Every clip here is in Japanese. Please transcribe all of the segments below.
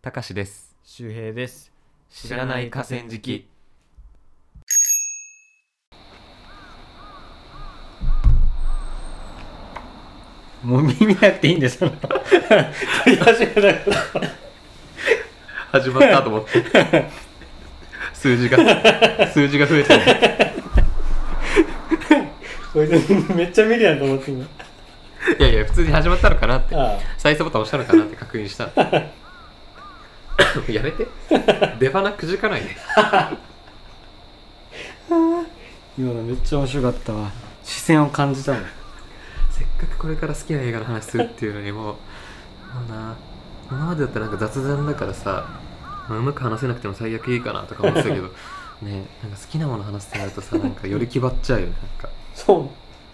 たかしです。 周平です。 知らない河川敷。 もう見なくていいんですよ。撮り始めたから始まったと思って数字が増えてるこれめっちゃ見るやんと思って今。 いやいや普通に始まったのかなって、 あ再生ボタン押したのかなって確認したやめて出花くじかないで今のめっちゃ面白かったわ。視線を感じたもん。 せっかくこれから好きな映画の話するっていうのにもうな、今までだったらなんか雑談だからさ、うまく話せなくても最悪いいかなとか思ってたけどね、なんか好きなもの話すってなるとさ、なんかより気張っちゃうよね。なんかそう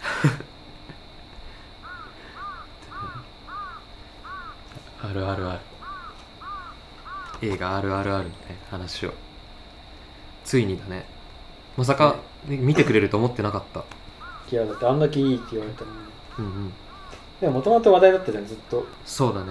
あるあるある、映画あるあるあるみたいな話をついにだね。まさか、ね、見てくれると思ってなかった。 いやだってあんだけいいって言われたのに。 うんうん。 でももともと話題だったじゃん、ずっと。 そうだね。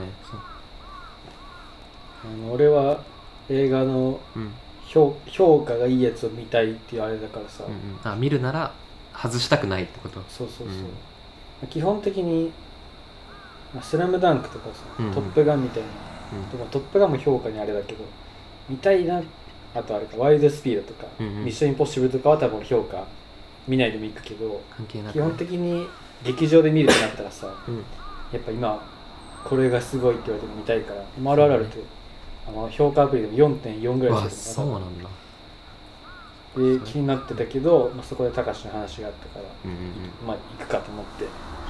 俺は映画のうん、 評価がいいやつを見たいっていうあれだからさ、 うんうん、あ、見るなら外したくないってこと。 そうそうそう、 うん、 基本的にスラムダンクとかさ、 うんうん、 トップガンみたいな、でもトップガンも評価にあれだけど見たいな。あとあれかワイルドスピードとか、 うんうん、 ミッションインポッシブルとかは多分評価見ないでもいいけど、 関係なく、 基本的に劇場で見るってなったらさ、 うん、 やっぱ今これがすごいって言われても見たいから、RRR って評価アプリでも 4.4 ぐらいわ、 してそうなんだ。 で気になってたけど、そこで高橋の話があったから、 うんうんうん、 行くかと思って行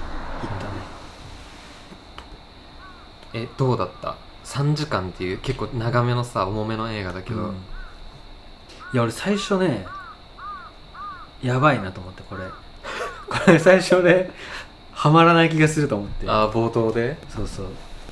ったね。 どうだった？ 3 時間っていう結構長めのさ、重めの映画だけど、 いや俺最初ねやばいなと思って、これ最初ねハマらない気がすると思って。 ああ、冒頭でそうそう、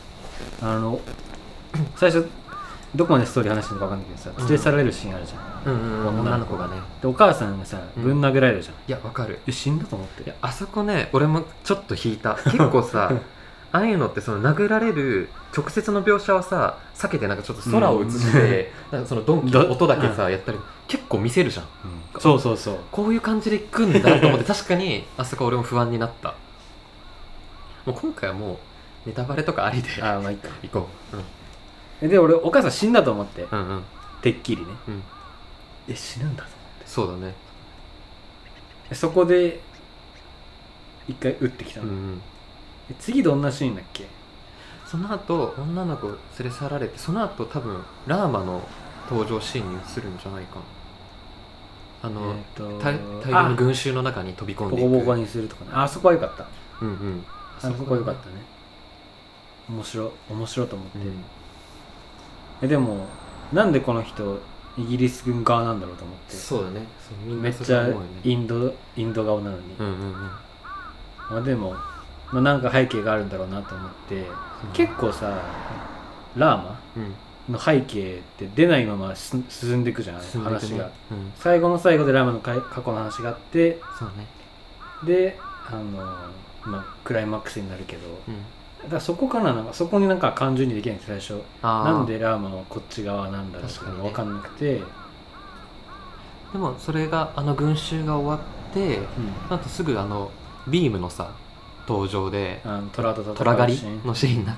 最初どこまでストーリー話してるのか分かんないけどさ、連れ去られるシーンあるじゃん、 女の子がね。 でお母さんがさぶん殴られるじゃん、 いや、わかる。 死んだと思って。 いや、あそこね、俺もちょっと引いた。結構さああいうのってその殴られる直接の描写はさ避けて、なんかちょっと空を映して、なんかそのドンキの音だけさ、やったり結構見せるじゃん、 そうそうそう、 こういう感じで来るんだと思って確かにあそこ俺も不安になった。もう今回はもうネタバレとかありでいいか行こう、で俺お母さん死んだと思って、 う。うんうんてっきりね、 うん、 死ぬんだと思って。 そうだね。 そこで一回撃ってきたの、 うんうん、 次どんなシーンだっけ。 その後女の子連れ去られて、その後多分ラーマの登場シーンに移るんじゃないかな。大量の群衆の中に飛び込んでいく、 ボコボコにするとかね。あそこは良かった。 うんうん、 あそこは良かったね。面白いと思って、でもなんでこの人イギリス軍側なんだろうと思って。 そうだね、みんなめっちゃそう思うよね。 インド顔なのに、 うんうんうん、 でも、なんか背景があるんだろうなと思って、結構さラーマの背景って出ないまま進んでいくじゃん、話が、最後の最後でラーマの過去の話があって、 そうね、 でクライマックスになるけど、だからそこからなんかそこになんか感情にできないんです最初。なんでラーマはこっち側なんだろうとか分かんなくて、 でもそれが群衆が終わって、あとすぐビームのさ登場で虎狩りのシーンになって、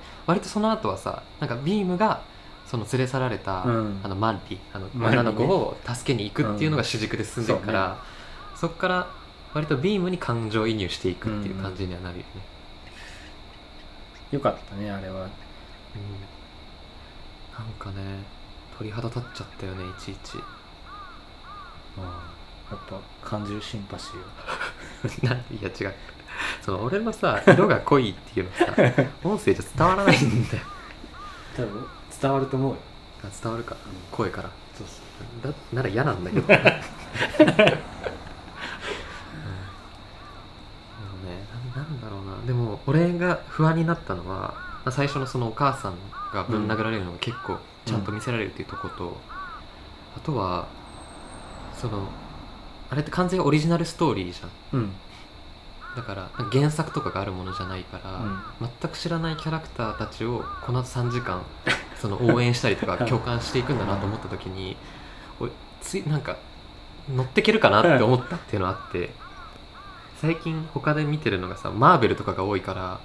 割とその後はさ、なんかビームがその連れ去られた、マンリ女の子を助けに行くっていうのが主軸で進んでるから、そこから割とビームに感情移入していくっていう感じにはなるよね。 よかったねあれは、 なんかね鳥肌立っちゃったよね、いちいち。 やっぱ感じるシンパシーいや違う、その俺のさ色が濃いっていうのさ音声じゃ伝わらないんだよ。 多分伝わると思うよ。 伝わるか、声から。 そうそうだなら嫌なんだけどなんだろうな。でも俺が不安になったのは、最初のそのお母さんがぶん殴られるのが結構ちゃんと見せられるっていうとこと、あとはそのあれって完全にオリジナルストーリーじゃん、だから原作とかがあるものじゃないから、全く知らないキャラクターたちをこの3時間その応援したりとか共感していくんだなと思った時になんか乗ってけるかなって思ったっていうのはあって、最近他で見てるのがさマーベルとかが多いから、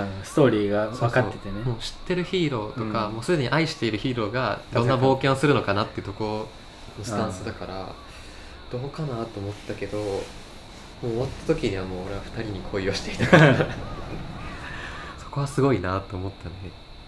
ストーリーが分かっててね、 もう知ってるヒーローとか、もうすでに愛しているヒーローがどんな冒険をするのかなっていうとこのスタンスだから、どうかなと思ったけど、もう終わった時にはもう俺は2人に恋をしていたからそこはすごいなと思ったね。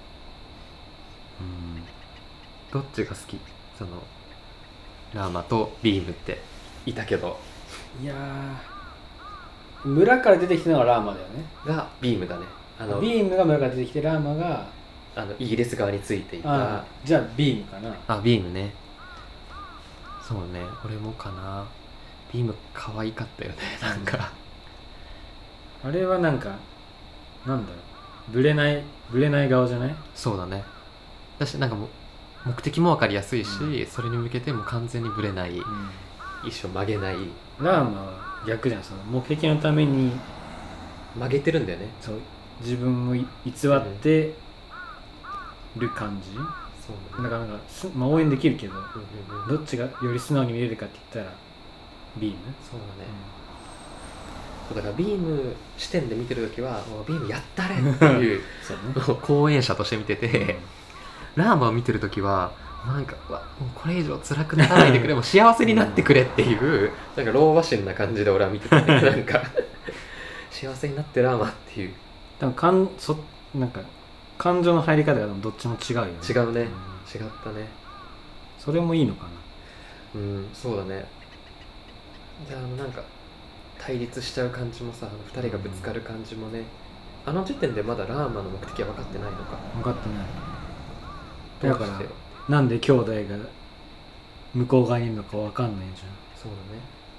どっちが好き？そのラーマとビームっていたけど、 いや村から出てきたのがラーマだよね。 がビームだね。 ビームが村から出てきて、ラーマがイギリス側についていた。 じゃあビームかな。 ビームね。そうね、俺もかな。ビーム可愛かったよね、なんかあれはなんかなんだろう、ブレない側じゃない？ そうだね。私なんかも目的も分かりやすいし、それに向けても完全にブレない、一生曲げない。 ラーマは逆じゃん、その目的のために曲げてるんだよね。 そう、自分を偽ってる感じ、そうね、だからなんか応援できるけど、どっちがより素直に見れるかって言ったらビーム。 そうだね、そうだからビーム視点で見てるときはもうビームやったれっていうそう、ね、講演者として見てて、ラーマを見てるときはなんかもうこれ以上辛くならないでくれもう幸せになってくれっていうなんか老婆心な感じで俺は見てて、ね、なんか幸せになってラーマっていう、 多分なんか感情の入り方がどっちも違うよね。 違うね、違ったね。 それもいいのかな。 そうだね。じゃあなんか対立しちゃう感じもさ、2人がぶつかる感じもね、あの時点でまだラーマの目的は分かってないのか。 分かってない。だからなんで兄弟が向こう側にいるのか分かんないじゃん。 そうだね。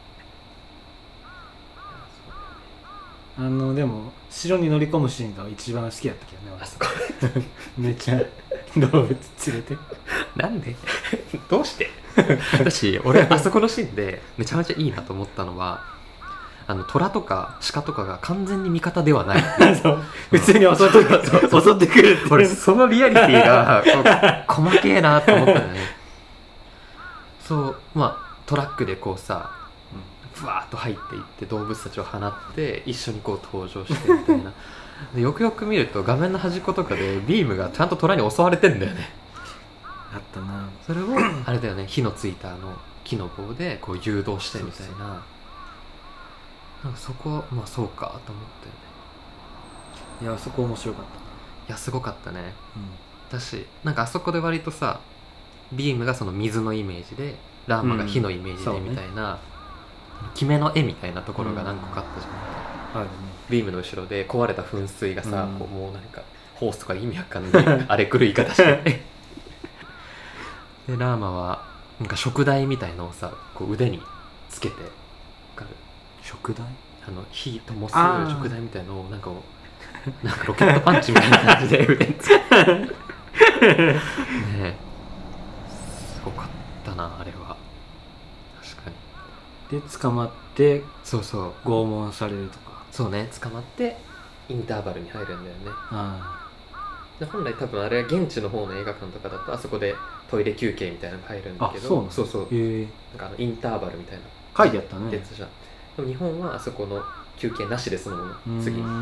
でも城に乗り込むシーンが一番好きだったけどね。 あそこめっちゃ動物連れてなんでどうして私俺あそこのシーンでめちゃめちゃいいなと思ったのは、虎とか鹿とかが完全に味方ではないそう普通に襲ってくるって俺そのリアリティが細けえなと思ったよね。そうトラックでこうさふわーっと入っていって動物たちを放って一緒にこう登場してみたいなでよくよく見ると画面の端っことかでビームがちゃんと虎に襲われてんだよね。 あったな。それをあれだよね、火のついた木の棒でこう誘導してみたいな。なんかそこそうかと思ったよね。 いや、あそこ面白かった。 いやすごかったね、だしなんかあそこで割とさビームがその水のイメージでラーマが火のイメージでみたいな、決めの絵みたいなところが何個かあったじゃない、ビームの後ろで壊れた噴水がさ、こうもうなんかホースとか意味わかんない荒れ狂い言い方してでラーマはなんか食台みたいのをさこう腕につけて、 食台？ 火灯す食台みたいのをなんかロケットパンチみたいな感じで腕につけてねえすごかったなあれは。確かに。で捕まってそう拷問されるとか。 そうね、捕まってインターバルに入るんだよね。で本来多分あれは現地の方の映画館とかだとあそこでトイレ休憩みたいなのが入るんだけど、そうなんかインターバルみたいな書いてあったね。 やつじゃん。でも日本はあそこの休憩なしでそのまま次に行く。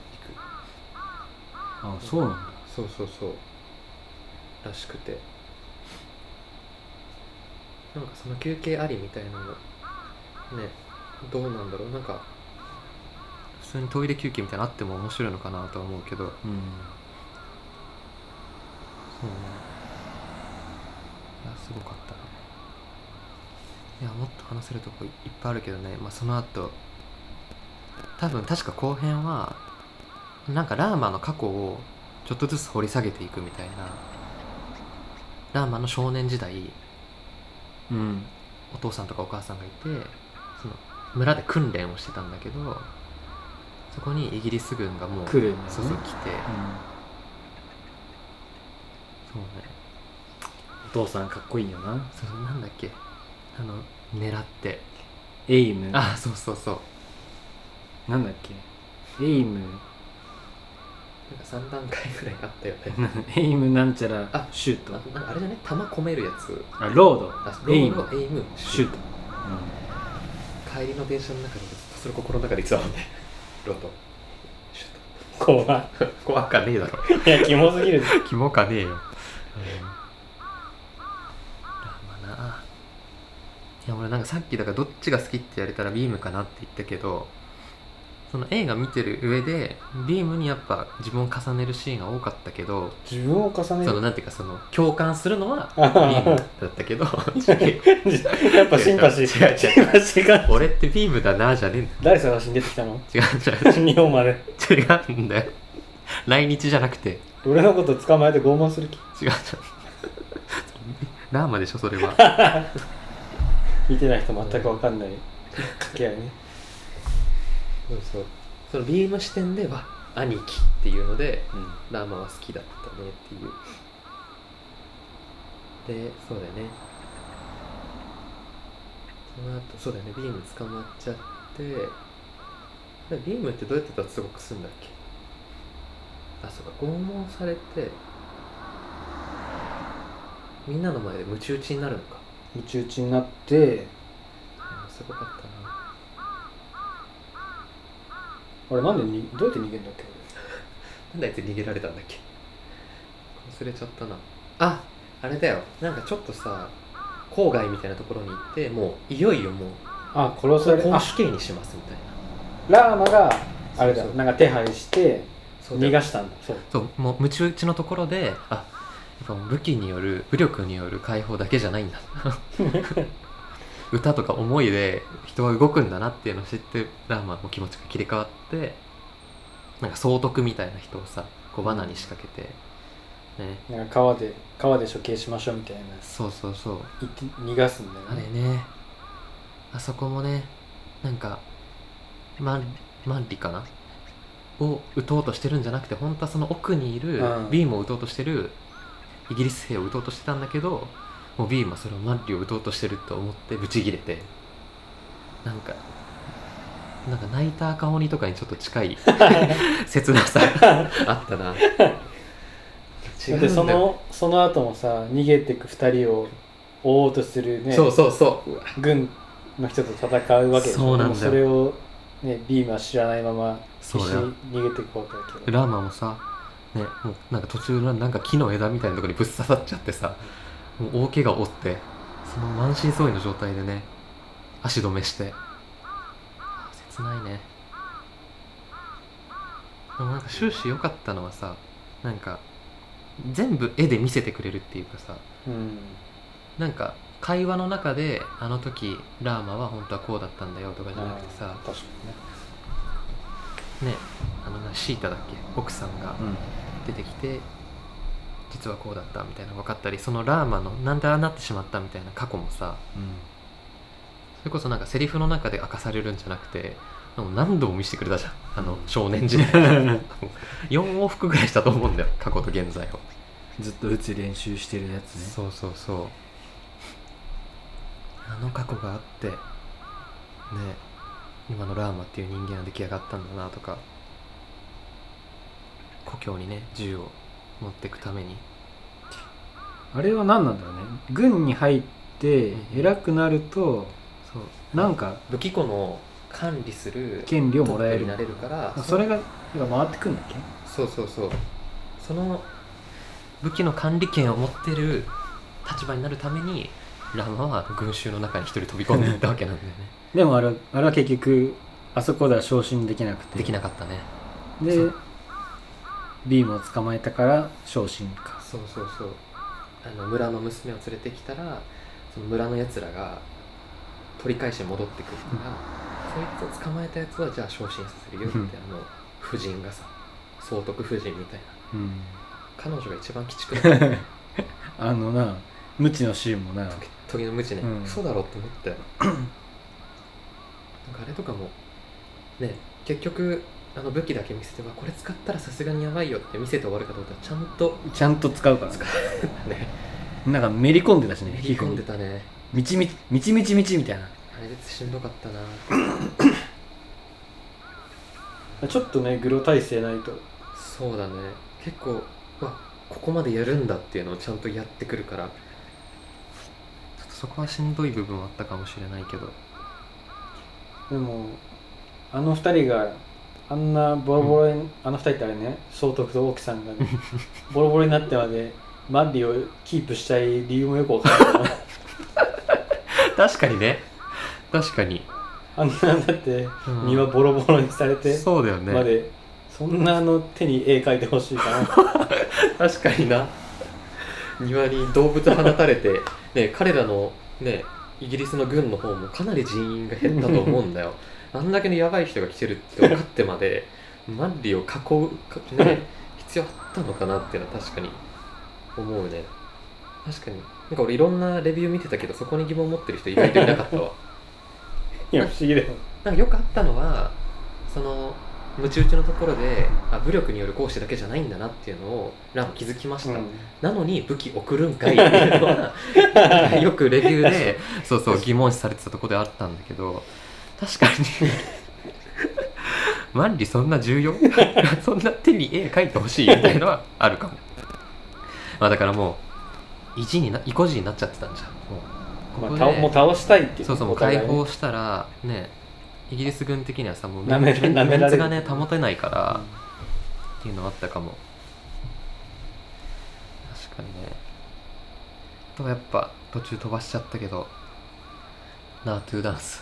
そうなんだ。 そうらしくて、なんかその休憩ありみたいなのね、どうなんだろう。なんか普通にトイレ休憩みたいなのあっても面白いのかなとは思うけど、そうね。いやすごかったな。いやもっと話せるとこいっぱいあるけどね、その後確か後編はなんかラーマの過去をちょっとずつ掘り下げていくみたいな。ラーマの少年時代、お父さんとかお母さんがいてその村で訓練をしてたんだけど、そこにイギリス軍がもう来るんだよね。 来て、そうね。 お父さんかっこいいよな。 なんだっけ狙ってエイム。 そうなんだっけエイム 3段階ぐらいあったよねエイムなんちゃらシュート、 あれじゃね、弾込めるやつ、 ロード、 エイムシュート、 帰りの電車の中でそれ心の中で言ってたもんねロードシュート怖かねえだろいやキモすぎるキモかねえよ、いや俺なんかさっきだからどっちが好きって言われたらビームかなって言ったけど、その映画見てる上でビームにやっぱ自分を重ねるシーンが多かったけど、 自分を重ねる、 そのなんていうかその共感するのはビームだったけどやっぱシンパシー俺ってビームだなじゃねえんだ。 誰探しに出てきたの？ 違う日本まで違うんだよ、来日じゃなくて俺のこと捕まえて拷問する気？ 違うラーマでしょそれは見てない人全く分かんない掛け合いね。 そうそのビーム視点では兄貴っていうので、ラーマは好きだったねっていう。でそうだよね、その後そうだよね、ビーム捕まっちゃって、ビームってどうやって脱獄するんだっけ。あ、そうか、拷問されてみんなの前でムチ打ちになるのか。 ムチ打ちになって、 すごかったな。 あれなんでどうやって逃げるんだっけなんであいつ逃げられたんだっけ、忘れちゃったな。あれだよ、なんかちょっとさ郊外みたいなところに行って、もういよいよもう殺され公主刑にしますみたいな。 ラーマがあれだ、 そうなんか手配して逃がしたんだ。 そうもうムチ打ちのところで、やっぱ武力による解放だけじゃないんだ歌とか思いで人は動くんだなっていうのを知って、ラーマも気持ちが切り替わって、なんか総督みたいな人をさこう罠に仕掛けて、ね、 なんか川で処刑しましょうみたいな、 そう言って逃がすんだよね。 あれね、あそこもね、なんかマンリかなを撃とうとしてるんじゃなくて、本当はその奥にいるビームを撃とうとしてるイギリス兵を撃とうとしてたんだけど、もうビームはそれをマンリを撃とうとしてると思ってブチギレて、なんか泣いた赤鬼とかにちょっと近い切なさあったな。 違うんだよ。でその後もさ、逃げてく2人を追おうとするね、 そう軍の人と戦うわけでしょ。 そうなんだよ。 でもそれを、ね、ビームは知らないまま必死に逃げていくわけだけど、 ラーマもさ、ね、もうなんか途中のなんか木の枝みたいなところにぶっ刺さっちゃってさ、もう大怪我を負って、その満身創痍の状態でね足止めして、切ないね。でもなんか終始良かったのはさ、なんか全部絵で見せてくれるっていうかさ、なんか会話の中であの時ラーマは本当はこうだったんだよとかじゃなくてさ、 確かにね、シータだっけ、奥さんが出てきて、実はこうだったみたいなの分かったり、そのラーマのなんでああなってしまったみたいな過去もさ、それこそなんかセリフの中で明かされるんじゃなくて、何度も見せてくれたじゃん、少年時代4往復ぐらいしたと思うんだよ、過去と現在をずっと打つ練習してるやつね。 そうあの過去があってね、今のラーマっていう人間が出来上がったんだなとか、故郷にね銃を持っていくために、 あれは何なんだろうね、軍に入って偉くなると、 そうなんか武器庫の管理する権利をもらえるになれるから、 それが回ってくんだっけ。 そうその武器の管理権を持ってる立場になるためにラーマは群衆の中に一人飛び込んでいったわけなんだよねでもあれは結局あそこでは昇進できなくて、 できなかったね。 でビームを捕まえたから昇進か。 そう村の娘を連れてきたら、その村のやつらが取り返しに戻ってくるから、そいつを捕まえたやつはじゃあ昇進させるよって、夫人がさ、総督夫人みたいな、彼女が一番鬼畜だった無知のシーンもな、 時の無知ね、嘘だろって思ったよなんかあれとかもね、結局武器だけ見せてはこれ使ったらさすがにやばいよって見せて終わるかと思ったら、 ちゃんと使うからねなんかめり込んでたしね、 めり込んでたね、 みちみちみたいな。 あれでしんどかったなちょっとねグロ体制ないとそうだね、結構ここまでやるんだっていうのをちゃんとやってくるから、ちょっとそこはしんどい部分はあったかもしれないけど。 でもあの二人があんなボロボロに、あの二人ってあれね、総督と奥さんが、ね、ボロボロになってまでマッリーをキープしたい理由もよくわからない確かにね、確かにあんなだって庭ボロボロにされてそうだよねまで、そんな手に絵描いてほしいかな確かにな、庭に動物放たれて、ね、彼らのねイギリスの軍の方もかなり人員が減ったと思うんだよあんだけのヤバい人が来てるって分かってまでマッリーを囲う、ね、必要あったのかなっていうのは確かに思うね。確かになんか俺いろんなレビュー見てたけど、そこに疑問を持ってる人意外といなかったわいや不思議だよ。 なんかよくあったのは、そのムチ打ちのところで武力による行使だけじゃないんだなっていうのをラム気づきました、なのに武器送るんかいっていうのはよくレビューでそう疑問視されてたところであったんだけど、確かにマンリそんな重要そんな手に絵描いてほしいみたいなのはあるかもだからもう意固地になっちゃってたんじゃん。 もう倒したいっていう。 そうもう解放したらね、イギリス軍的にはさもうメンツがね保てないから、っていうのあったかも。確かにね。とやっぱ途中飛ばしちゃったけど、ナートゥーダンス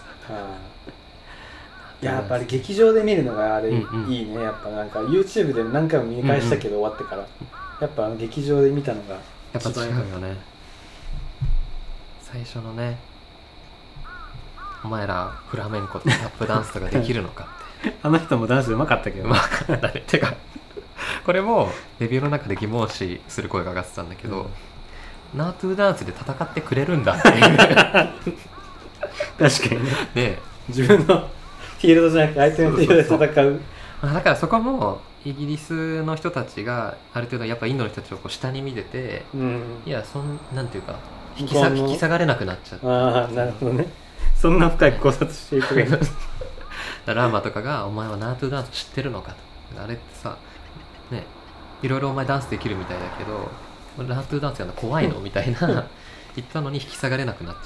やっぱり劇場で見るのがあれいいね、やっぱなんか YouTube で何回も見返したけど終わってから、やっぱ劇場で見たのがやっぱ違うよね。最初のね、お前らフラメンコとタップダンスとかできるのかってあの人もダンスうまかったけど、 うまかったね。てかこれもレビューの中で疑問視する声が上がってたんだけど、ナートゥーダンスで戦ってくれるんだっていう確かにね、 自分のフィールドじゃなくて相手のフィールドで戦う。 だからそこもイギリスの人たちがある程度やっぱインドの人たちをこう下に見てて、いやなんていうか引き下がれなくなっちゃって。 ああなるほどね。そんな深い考察していくれラーマとかがお前はナートゥーダンス知ってるのかと、あれってさね、いろいろお前ダンスできるみたいだけどナートゥーダンスやの怖いのみたいな言ったのに引き下がれなくなっちゃ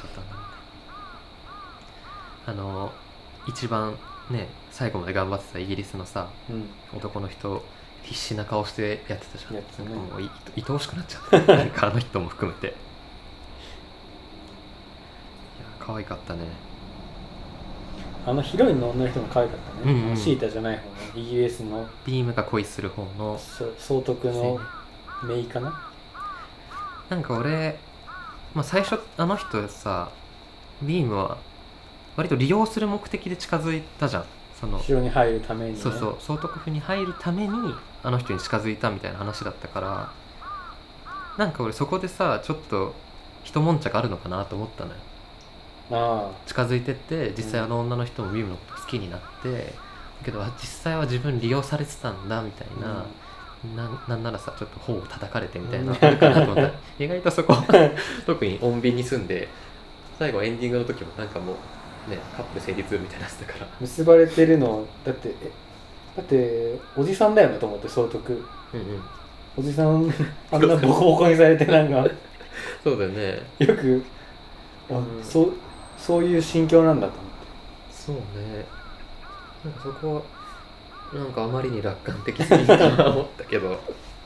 ったんだ。一番ね最後まで頑張ってたイギリスのさ、男の人必死な顔してやってたじゃん。なんかもう愛おしくなっちゃったなんかあの人も含めて、いや可愛かったね。 ヒロインの女の人も可愛かったね、シータじゃない方のイギリスのビームが恋する方の総督のメイかな。 なんか俺、最初あの人さ、ビームは割と利用する目的で近づいたじゃん。 城に入るために、ね、 総督府に入るためにあの人に近づいたみたいな話だったから、なんか俺そこでさちょっと一悶着あるのかなと思ったのよ。近づいてって実際あの女の人もビームのこと好きになって、けど実際は自分利用されてたんだみたいな、なんならさちょっと頬を叩かれてみたいなのあるかなと思ったら意外とそこ特に穏便に住んで、最後エンディングの時もなんかもうねカップル成立みたいなやつだから結ばれてるのだっておじさんだよねと思って、総督、おじさんあんなボコボコにされてなんかそうだよね、 よくそういう心境なんだと思って。そうね、なんかそこはなんかあまりに楽観的すぎると思ったけどね、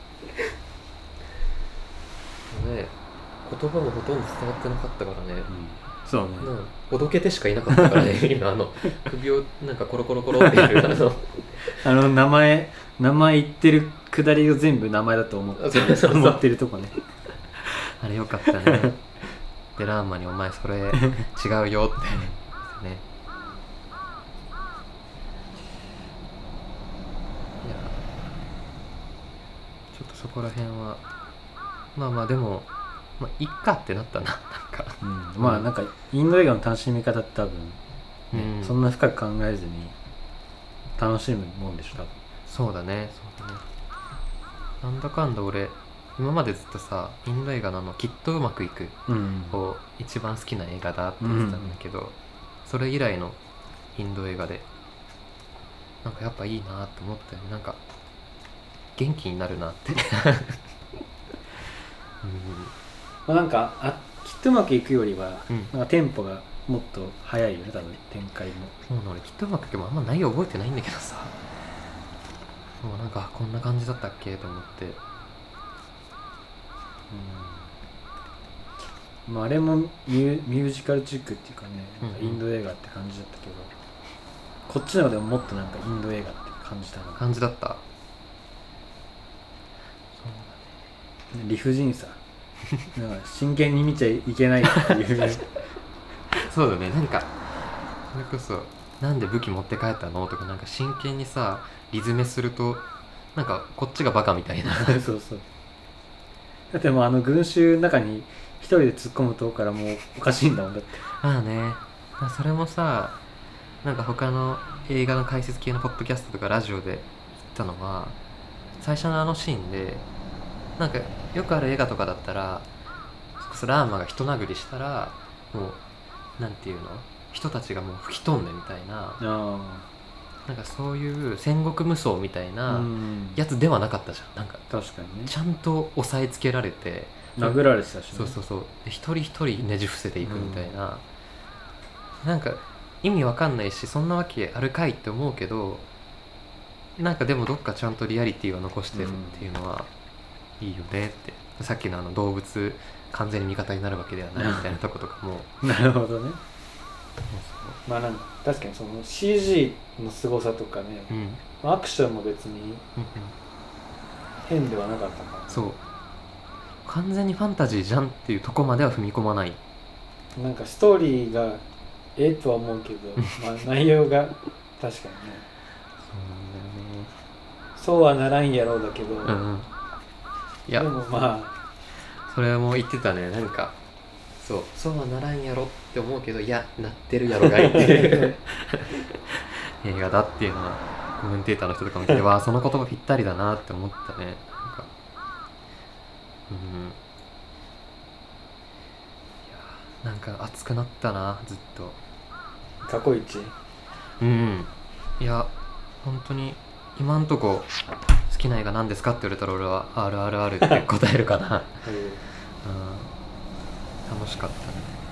言葉もほとんど伝わってなかったからね、 そうね、 おどけてしかいなかったからね今首をなんかコロコロコロってやる名前言ってるくだりを全部名前だと思ってるとこねあれよかったねでラーマにお前それ違うよってねちょっとそこら辺はでもいっかってなったな、なんか、 なんかインド映画の楽しみ方って多分、そんな深く考えずに楽しむもんでしょ多分。 そうだねなんだかんだ俺今までずっとさインド映画のきっとうまくいくを一番好きな映画だって言ってたんだけど、それ以来のインド映画でなんかやっぱいいなと思ったよね。なんか元気になるなってまあ、なんかきっとうまくいくよりは、なんかテンポがもっと早いよね多分展開も。 そうなの、きっとうまくいくもあんま内容覚えてないんだけどさ、もうなんかこんな感じだったっけと思って。 まあ、あれもミュージカルチックっていうかね、なんかインド映画って感じだったけど、こっちの方でももっとなんかインド映画って感じたの。 感じだった。そうだね、理不尽さなんか真剣に見ちゃいけないっていうそうだね、なんかそれこそなんで武器持って帰ったのとか、なんか真剣にさリズメするとなんかこっちがバカみたいなそうそう、だってもうあの群衆の中に一人で突っ込むとこからもうおかしいんだもんだって。 まあね、それもさ、なんか他の映画の解説系のポッドキャストとかラジオで言ったのは、最初のあのシーンでなんかよくある映画とかだったら、それこそラーマが人殴りしたらもうなんていうの、人たちがもう吹き飛んでみたいな、なんかそういう戦国無双みたいなやつではなかったじゃん。なんか確かにね、 ちゃんと押さえつけられて殴られてたし、ね、 そうそうそう、で一人一人ねじ伏せていくみたいな、なんか意味わかんないし、そんなわけあるかいって思うけど、なんかでもどっかちゃんとリアリティを残してるっていうのはいいよねって。さっきの動物完全に味方になるわけではないみたいなとことかもなるほどね。まあなんか確かにその CG の凄さとかね、アクションも別に変ではなかったから、 そう完全にファンタジーじゃんっていうとこまでは踏み込まない。 なんかストーリーがとは思うけどまあ内容が確かにねそうはならんやろうだけど、いやでもまあそれも言ってたね。なんかそうはならんやろって思うけど、いやなってるやろがいっていう映画だっていうのはコメンテーターの人とかも言ってわあその言葉ぴったりだなって思ったね。なんか熱くなったな、ずっと。 過去一。 いや本当に今んとこ好きな映画何ですかって言われたら俺は RRR って答えるかな楽しかったね。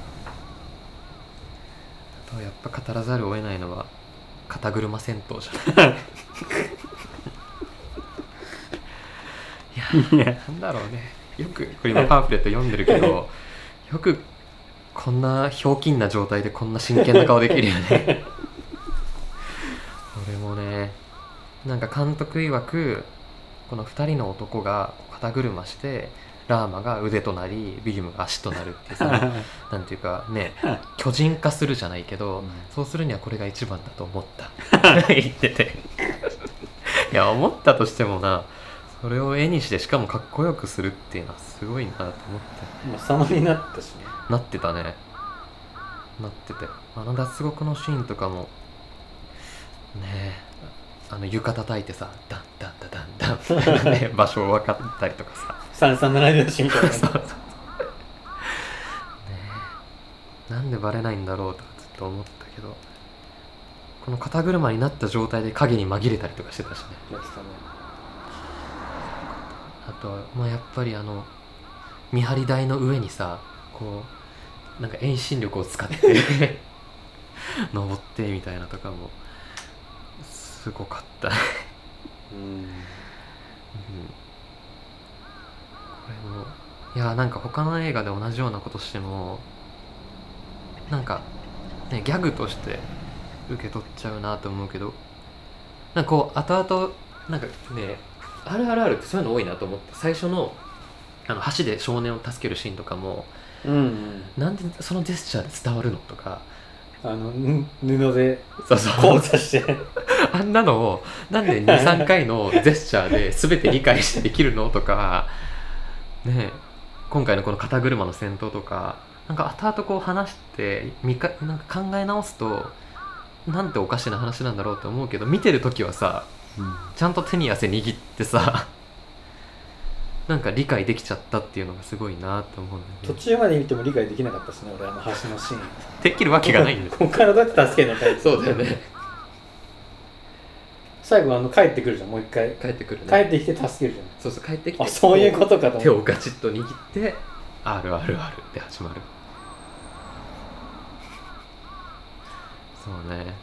あとやっぱ語らざるを得ないのは肩車戦闘じゃんいやなんだろうね、よくこれ今パンフレット読んでるけどよくこんなひょうきんな状態でこんな真剣な顔できるよね俺もね、なんか監督曰くこの2人の男が肩車してラーマが腕となりビームが足となるってさなんていうかね、巨人化するじゃないけど、そうするにはこれが一番だと思った言ってていや思ったとしてもな、それを絵にしてしかもかっこよくするっていうのはすごいなと思って。 今様になったしね。 なってたね、なってて、あの脱獄のシーンとかもね、床叩いてさダンダンダダンダンね場所分かったりとかさ 337シーンとかねそうそうね、 なんでバレないんだろうとかずっと思ったけど、この肩車になった状態で影に紛れたりとかしてたしね。 やってたね。 あとは、まあ、やっぱり見張り台の上にさこうなんか遠心力を使って登ってみたいなとかもすごかったこれもいやなんか他の映画で同じようなことしてもなんか、ね、ギャグとして受け取っちゃうなと思うけど、なんかこう後々なんかね RRR ってそういうの多いなと思って、最初の橋で少年を助けるシーンとかも、なんでそのジェスチャーで伝わるのとか、 布で交差してあんなのをなんで 2,3 回のジェスチャーで全て理解してできるのとかね、今回のこの肩車の戦闘とかなんか後々こう話してなんか考え直すとなんておかしな話なんだろうって思うけど、見てる時はさ、ちゃんと手に汗握ってさなんか理解できちゃったっていうのがすごいなって思うんだよね。 途中まで見ても理解できなかったしね、俺橋のシーンできるわけがないんですここからどうやって助けるのかそうだよね最後帰ってくるじゃん、もう一回帰ってくるね。 帰ってきて助けるじゃん。 そうそう、帰ってきて、 あ、そういうことかと思手をガチッと握ってRRR って始まる。そうね。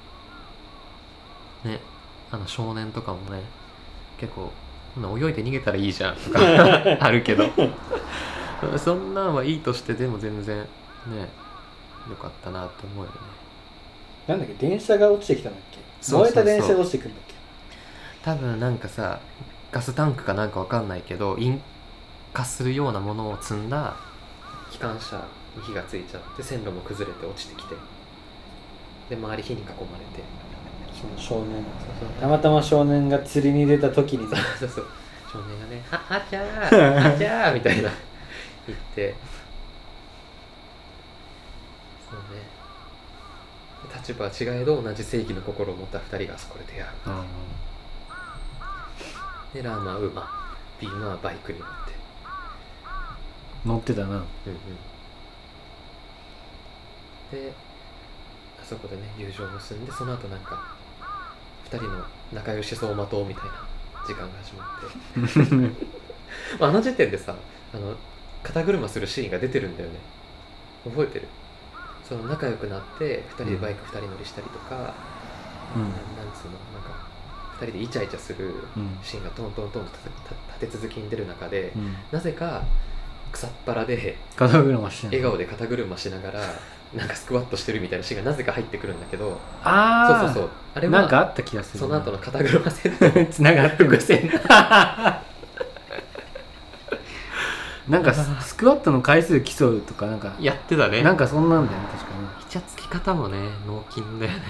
ね、少年とかもね、結構泳いで逃げたらいいじゃんとかあるけどそんなんはいいとして、でも全然ね、よかったなって思うよね。 なんだっけ、電車が落ちてきたんだっけ。 そうそうそう、 燃えた電車が落ちてくるんだっけ。 多分なんかさ、ガスタンクかなんかわかんないけど、引火するようなものを積んだ機関車に火がついちゃって、線路も崩れて落ちてきて、で周り火に囲まれて、 その少年、たまたま少年が釣りに出た時に、 そうそう、少年がね、あちゃーあちゃーみたいな言って、そうね、立場は違えど同じ正義の心を持った2人がそこで出会う。でラーマは馬、ビーマはバイクに乗ってたな。うんうん。 であそこでね友情を結んで、その後なんか2人の仲良し走馬灯みたいな時間が始まってあの時点でさ、肩車するシーンが出てるんだよね。覚えてる？その仲良くなって2人でバイク2人乗りしたりとか、なんつうの、なんか2人でイチャイチャするシーンがトントントンと立て続きに出る中で、なぜか草っ腹で肩車して笑顔で肩車しながらなんかスクワットしてるみたいなシーンがなぜか入ってくるんだけど、 あそうあれはなんかあった気がする。 その後の肩車戦とつながって伏線なんかスクワットの回数競うとかなんかやってたね。 なんかそんなんだよね、確かに。 イチャつき方もね、脳筋だよね、なんかね。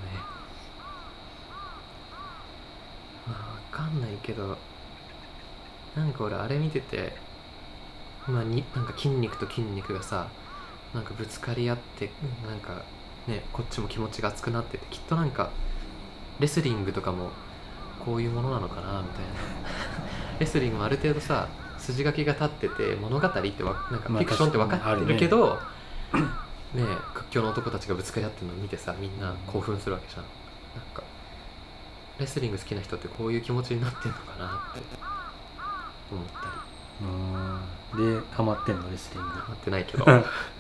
まあわかんないけど、なんか俺あれ見てて、まあなんか筋肉と筋肉がさ、なんかぶつかり合って、なんかね、こっちも気持ちが熱くなってて、きっとなんかレスリングとかもこういうものなのかなみたいなレスリングもある程度さ、筋書きが立ってて、物語ってなんかフィクションって分かってるけど、ねえ、屈強な男たちがぶつかり合ってるのを見てさ、みんな興奮するわけじゃん。なんかレスリング好きな人ってこういう気持ちになってんのかなって思ったり。でハマってんの、レスリング。 ハマってないけどそう、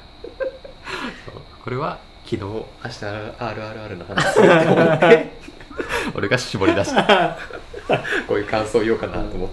これは昨日明日 RRR の話するって思って俺が絞り出したこういう感想を言おうかなと思って、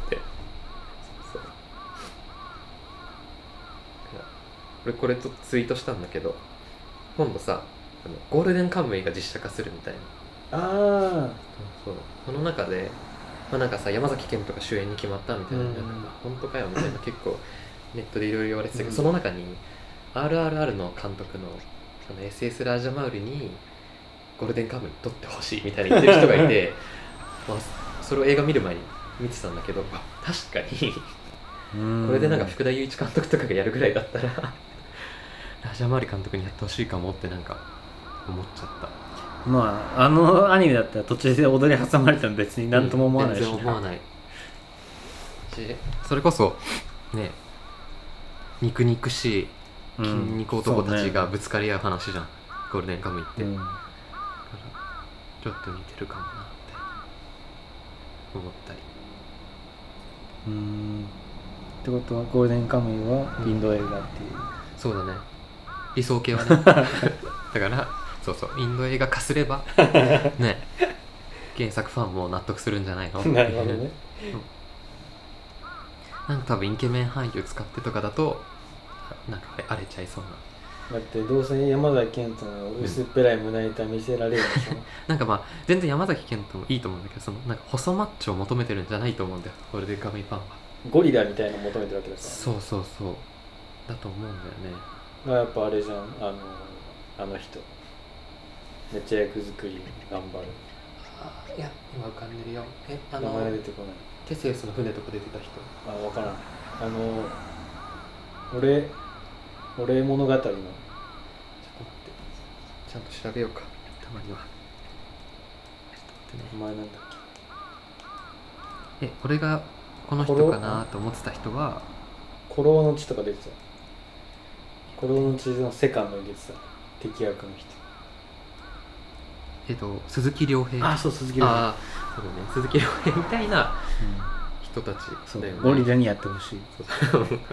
俺これとツイートしたんだけど、今度さゴールデンカムイが実写化するみたいな。そうその中で、まあ、なんかさ山崎賢人が主演に決まったみたいな、なんか本当かよみたいな結構ネットでいろいろ言われてたけど、その中に RRR の監督のSS ラージャマウルにゴールデンカムイ撮ってほしいみたいな言ってる人がいてまあそれを映画見る前に見てたんだけど、確かにこれでなんか福田雄一監督とかがやるぐらいだったらラージャマウル監督にやってほしいかもってなんか思っちゃった。 まあアニメだったら途中で踊り挟まれても別に何とも思わないし、 全然思わないし、それこそね、肉々しい筋肉男たちがぶつかり合う話じゃん、ゴールデンカムイって、だからちょっと似てるかもなって思ったり。 ってことはゴールデンカムイはインド映画っていう、 そうだね、理想系はねだからそうインド映画化すればね、原作ファンも納得するんじゃないの。 なるほどねなんか多分イケメン俳優使ってとかだとなんか荒れちゃいそうな。 だってどうせ山崎賢人の薄っぺらい胸板見せられるでしょなんかまあ全然山崎賢人もいいと思うんだけど、そのなんか細マッチョを求めてるんじゃないと思うんだよ、ゴールデンカムイファンは。 ゴリラみたいなの求めてるわけだから、 そうだと思うんだよね。 やっぱあれじゃん、あの人めっちゃ役作り頑張る。 いや今浮かんでるよ。 名前出てこない。 テセウスの船とか出てた人。 分からん。俺物語の、ちょっと待って、 ちゃんと調べようか、たまには。ちょっと待ってね。 名前なんだっけ。 俺がこの人かなと思ってた人は古老の地とか出てた。古老の地のセカンドに出てた敵役の人。 鈴木亮平。 そう鈴木亮平。 そうだね、鈴木亮平みたいな人たちだよね。 ゴリラにやってほしい。 そうね、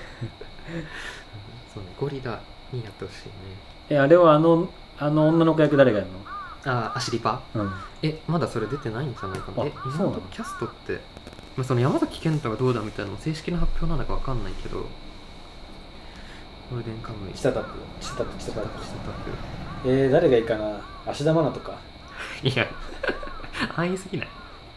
ゴリラにやってほしいね。 あれはあの女の子役誰がやるの？ アシリパ、まだそれ出てないんじゃないかな。今のとこキャストって、その山崎賢人がどうだみたいなの正式な発表なのか分かんないけど、ゴールデンカムイチタタップ誰がいいかな。芦田愛菜とか。 いや安易すぎない？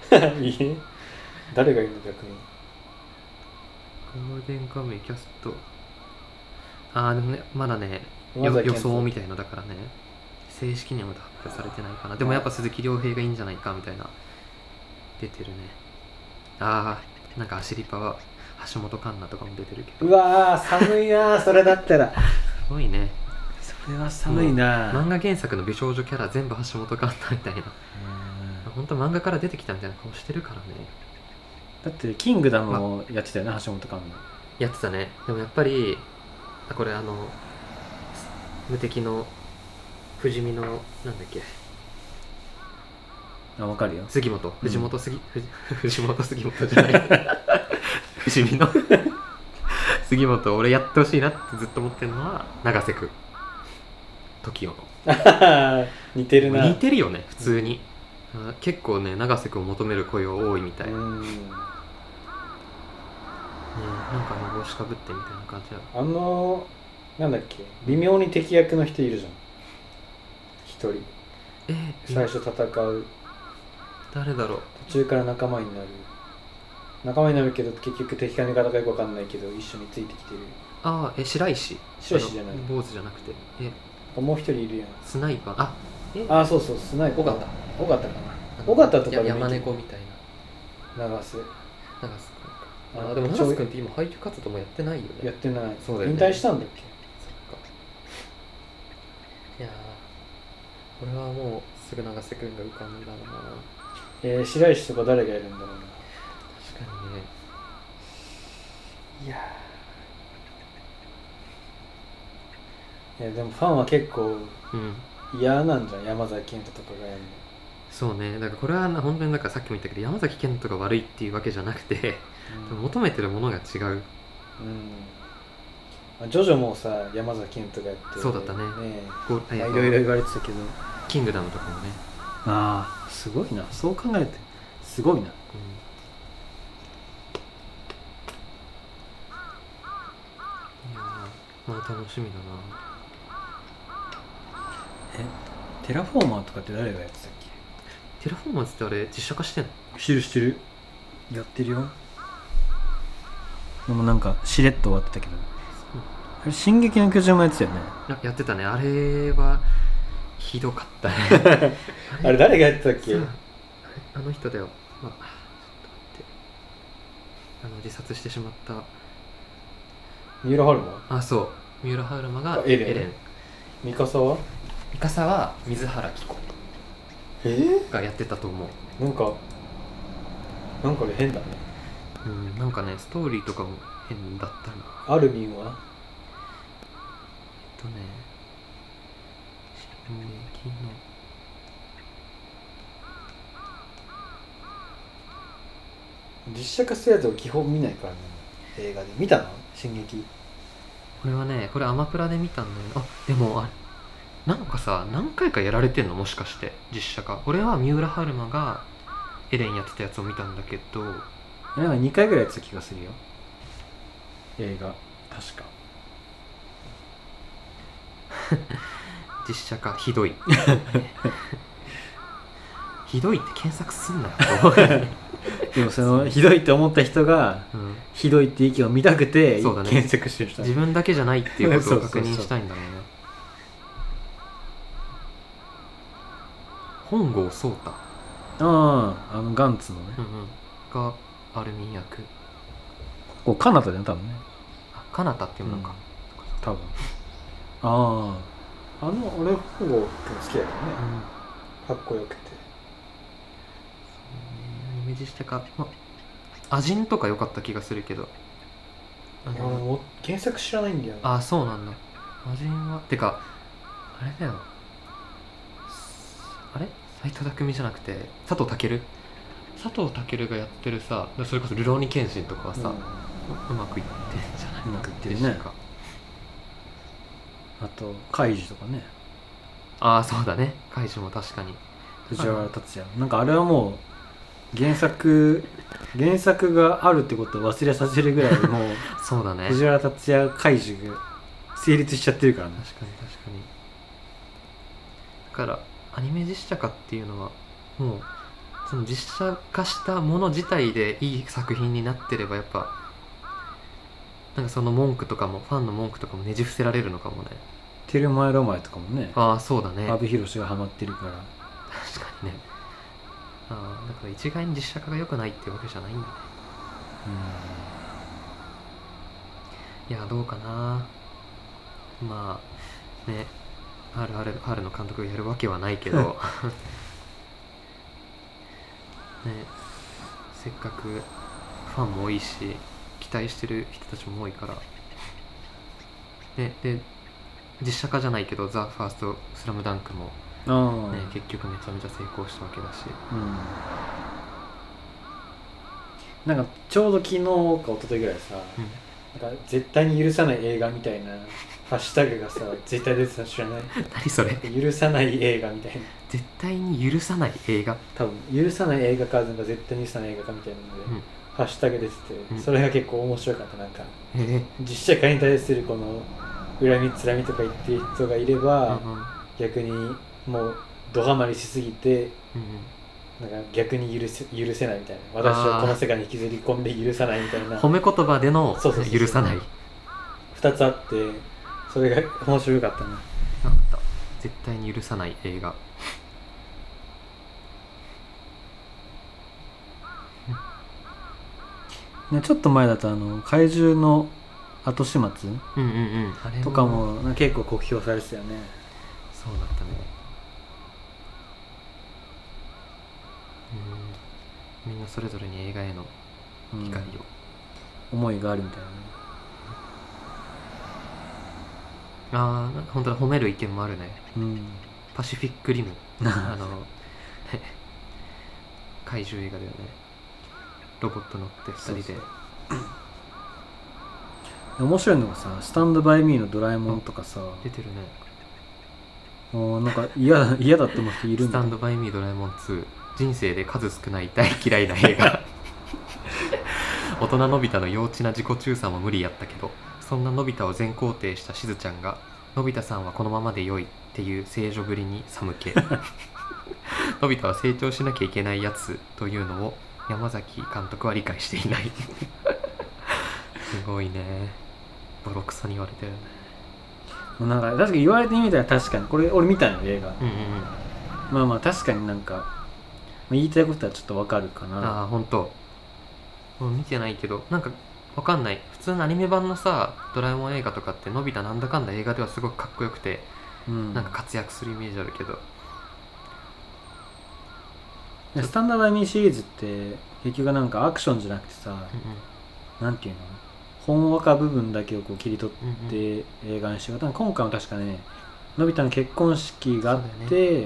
誰がいいの逆に。 ゴールデンカムイキャスト、でもね、まだね予想みたいのだからね、正式にはまだ発表されてないかな。でもやっぱ鈴木亮平がいいんじゃないかみたいな出てるね。なんかアシリパは橋本環奈とかも出てるけど、 うわー寒いなそれだったら。 すごいね、 それは寒いな。 漫画原作の美少女キャラ全部橋本環奈みたいな、本当漫画から出てきたみたいな顔してるからね。 だってキングダムもやってたよね、橋本環奈。 やってたね。でもやっぱりこれ無敵の不死身のなんだっけ、 わかるよ。 藤本杉本じゃない不死身の杉本、俺やってほしいなってずっと思ってるのは永瀬くん、TOKIO の似てるな。 似てるよね普通に、結構ね永瀬くんを求める声が多いみたい。なんか帽子かぶってみたいな感じだ。 なんだっけ、微妙に敵役の人いるじゃん、一人。最初戦う。 誰だろう。 途中から仲間になるけど結局敵か味方かよく分かんないけど一緒についてきてる。 白石じゃない、 坊主じゃなくてもう一人いるやん、 スナイパー。そうスナイパー。尾形かな。尾形とかで山猫みたいな。 長瀬でも長瀬君って今俳優活動もやってないよね。 やってない。 そうだよね。 引退したんだっけ。 そっか。いやこれはもうすぐ永瀬君が浮かんだな。 白石とか誰がやるんだろうな。 確かにね。 いやでもファンは結構嫌なんじゃん、山崎賢人とかがやるの。 そうね、だからこれは本当にさっきも言ったけど山崎賢人が悪いっていうわけじゃなくて、求めてるものが違う。 ジョジョもさ山崎賢人がやって、 そうだったね。 いろいろ言われてたけど、 キングダムとかもね。 すごいな、そう考えるとすごいな。 いや楽しみだな。 テラフォーマーとかって誰がやってたっけ。 テラフォーマーズってあれ実写化してんの？ してるやってるよ。でもなんかしれっと終わってたけど、あれ進撃の巨人もやってたよね。 やってたね。あれはひどかったねあれ誰がやってたっけ。 あの人だよ、ちょっと待って、自殺してしまった三浦春馬。 そう、三浦春馬がエレン。ミカサは水原希子がやってたと思う。 なんかあれ変だね。 なんかねストーリーとかも変だったな。アルミンは進撃の実写化するやつを基本見ないからね。映画で見たの進撃。 これアマプラで見たんだよね。でもなんかさ何回かやられてんの、もしかして実写化。俺は三浦春馬がエレンやってたやつを見たんだけど、 なんか2回ぐらいやってた気がするよ映画確か実写化ひどいひどいって検索すんなよでもそのひどいって思った人が、ひどいって意見を見たくて、検索してる人、 自分だけじゃないっていうことを確認したいんだろうね。本郷壮太、 ガンツのね、 がアルミン役。 カナタだよ多分ね。 カナタっていうのか、 多分。俺本郷好きだけどね、かっこよくて。 アニメ実写化、アジンとか良かった気がするけど、 もう原作知らないんだよ。 そうなんだ。アジンはてかあれだよ、あれ斎藤工じゃなくて佐藤健がやってるさ、それこそルローニケンシンとかはさ、うまくいってんじゃない？ うまくいってるね。あとカイジとかね。 ああそうだね、カイジも確かに。 藤原竜也、なんかあれはもう原作があるってことを忘れさせるぐらいもうそうだね、 藤原竜也カイジが成立しちゃってるからね。 確かにだからアニメ実写化っていうのはもうその実写化したもの自体でいい作品になってれば、やっぱなんかその文句とかもファンの文句とかもねじ伏せられるのかもね。 テルマエロマエとかもね、 ああそうだね、 阿部寛がハマってるから。 確かにね。ああだから一概に実写化が良くないってわけじゃないんだね。いやどうかな。まあね、春の監督がやるわけはないけどね、せっかくファンも多いし期待してる人たちも多いから、ね、で実写化じゃないけどザ・ファーストスラムダンクも、ね、結局めちゃめちゃ成功したわけだし、 なんかちょうど昨日か一昨日ぐらいさ、なんか絶対に許さない映画みたいなハッシュタグがさ絶対出てたの知らない？ 何それ？ 許さない映画みたいな。 絶対に許さない映画、 多分許さない映画かなんか絶対に許さない映画かみたいなので、ハッシュタグ出てて、それが結構面白かった。なんか、実写化に対するこの恨みつらみとか言ってる人がいれば、逆にもうドハマりしすぎて、なんか逆に許せないみたいな、私はこの世界に引きずり込んで許さないみたいな褒め言葉での許さない 2つあって、それが面白かったね。 なんだ絶対に許さない映画ね、ちょっと前だと怪獣の後始末、とかも結構酷評されてたよね。 そうだったね。みんなそれぞれに映画への光を、 思いがあるみたいな。なんか本当だ、褒める意見もあるね。パシフィックリム怪獣映画だよね。ロボット乗って2人で。 面白いのがさ、スタンドバイミーのドラえもんとかさ出てるね。 もうなんか嫌だって思う人いるんだ。 スタンドバイミードラえもん2、人生で数少ない大嫌いな映画大人のび太の幼稚な自己中さも無理やったけど、そんなのび太を全肯定したしずちゃんが、のび太さんはこのままで良いっていう正女ぶりに寒気のび太は成長しなきゃいけないやつというのを山崎監督は理解していないすごいね、ボロクソに言われてるね。 なんか確かに言われてみたら、確かにこれ俺見たの映画、まあ確かになんか言いたいことはちょっとわかるかな。 本当。見てないけどなんかわかんない。普通のアニメ版のさドラえもん映画とかってのび太なんだかんだ映画ではすごくかっこよくて、なんか活躍するイメージあるけど、 スタンダーバイミーシリーズって結局なんかアクションじゃなくてさ、なんていうの、ほんわか部分だけをこう切り取って映画にしてる。今回も確かね、のび太の結婚式があって、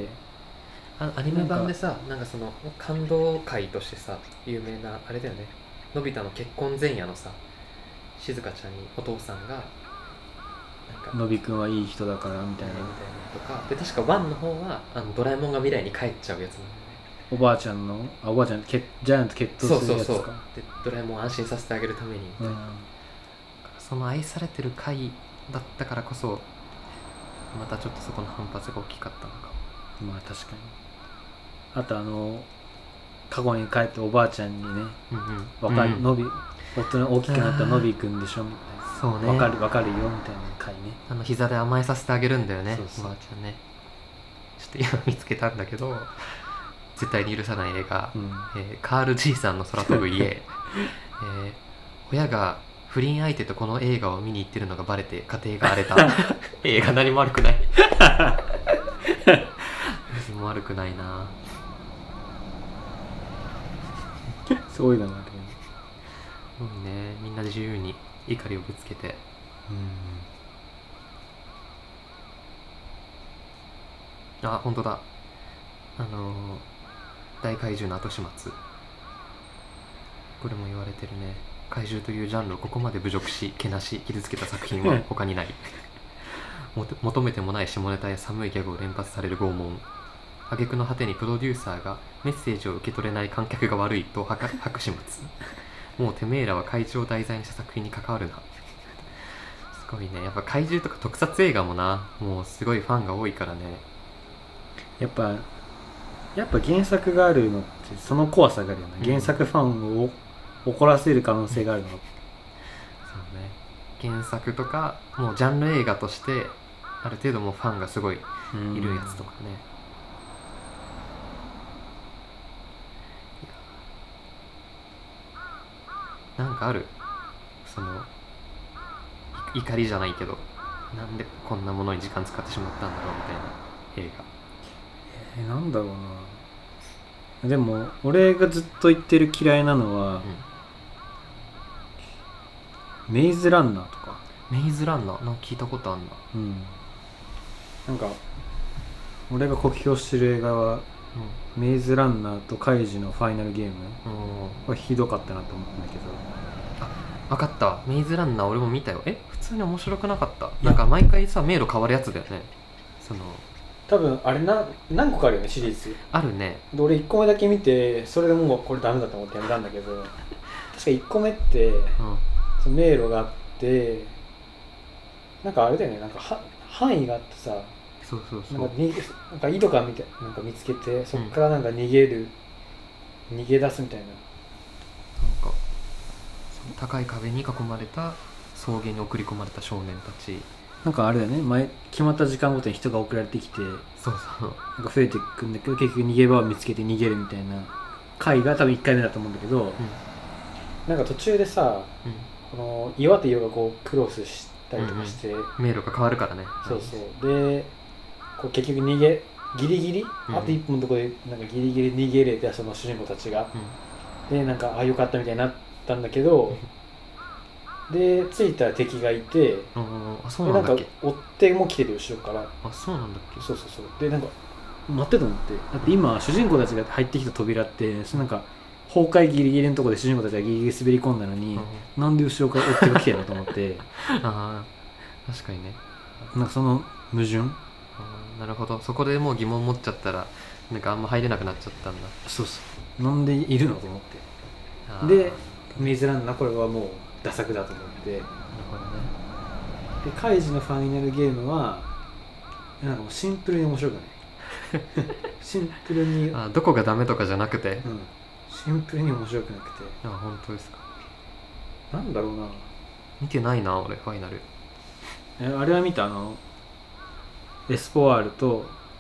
アニメ版でさ、なんかその感動回としてさ有名なあれだよね、のび太の結婚前夜のさ、しずかちゃんにお父さんがなんかのびくんはいい人だからみたいなとかで、確かワンの方はドラえもんが未来に帰っちゃうやつなんだよね。 おばあちゃんジャイアンと決闘するやつか。 そうでドラえもんを安心させてあげるためにみたいな、その愛されてる回だったからこそまたちょっとそこの反発が大きかったのか。 まあ確かに。あと過去に帰っておばあちゃんにね、大きくなったのびくんでしょみたいな、そうね、分かるよみたいな回ね。 膝で甘えさせてあげるんだよね、おばあちゃんね。ちょっと今見つけたんだけど絶対に許さない映画、カール爺さんの空飛ぶ家親が不倫相手とこの映画を見に行ってるのがバレて家庭が荒れた映画何も悪くない何も悪くないな。 すごいな、すごいね、みんな自由に怒りをぶつけて。本当だ、 大怪獣の後始末、これも言われてるね。怪獣というジャンルをここまで侮辱しけなし傷つけた作品は他にない求めてもない下ネタや寒いギャグを連発される拷問、挙句の果てにプロデューサーがメッセージを受け取れない観客が悪いと吐く始末もうてめえらは怪獣を題材にした作品に関わるな。すごいね。やっぱ怪獣とか特撮映画もな、もうすごいファンが多いからね。 やっぱ原作があるのってその怖さがあるよね、原作ファンを怒らせる可能性があるの、そうね。原作とかもうジャンル映画としてある程度もうファンがすごいいるやつとかね。なんかある、その怒りじゃないけど、なんでこんなものに時間使ってしまったんだろうみたいな映画。なんだろうな。でも俺がずっと言ってる嫌いなのは、メイズランナーとか。 メイズランナーなんか聞いたことあんな。 なんか俺が酷評してる映画は、メイズランナーとカイジのファイナルゲームはひどかったなと思うんだけど。 分かったわ。メイズランナー俺も見たよ。普通に面白くなかった？なんか毎回さ迷路変わるやつだよね。 多分あれ何個かあるよね、シリーズあるね。 で俺1個目だけ見て、それでもうこれダメだと思ってやめたんだけど、確か1個目って、その迷路があって、なんかあれだよね、なんか範囲があってさ、 そうなんか井戸かみたいなんか見つけて、そっからなんか逃げ出すみたいな。 なんか高い壁に囲まれた草原に送り込まれた少年たち。 なんかあれだよね、決まった時間ごとに人が送られてきて、 そうなんか増えていくんだけど、結局逃げ場を見つけて逃げるみたいな回が多分1回目だと思うんだけど、なんか途中でさ、この岩と岩がこうクロスしたりとかして、 迷路が変わるからね。 そうでこう結局ギリギリ、あと一歩のところでなんかギリギリ逃げれて、その主人公たちが、でなんかよかったみたいになったんだけど、で着いたら敵がいて、 そうなんだっけ。 でなんか追っ手も来てる後ろから。 そうなんだっけ。 そうでなんか待ってと思って、だって今主人公たちが入ってきた扉って、なんか崩壊ギリギリのところで主人公たちがギリギリ滑り込んだのに、なんで後ろから追っ手が来てるのと思って確かにね。 なんかその矛盾。 なるほど。そこでもう疑問持っちゃったらなんかあんま入れなくなっちゃったんだ。 そうなんでいるのと思って、でメイズランナー、これはもうダ作だと思って。なるほどね。でカイジのファイナルゲームはなんかもうシンプルに面白くないシンプルにどこがダメとかじゃなくて、 シンプルに面白くなくて。 本当ですか。 なんだろうな、 見てないな俺ファイナル。 あれは見た？エスポワールと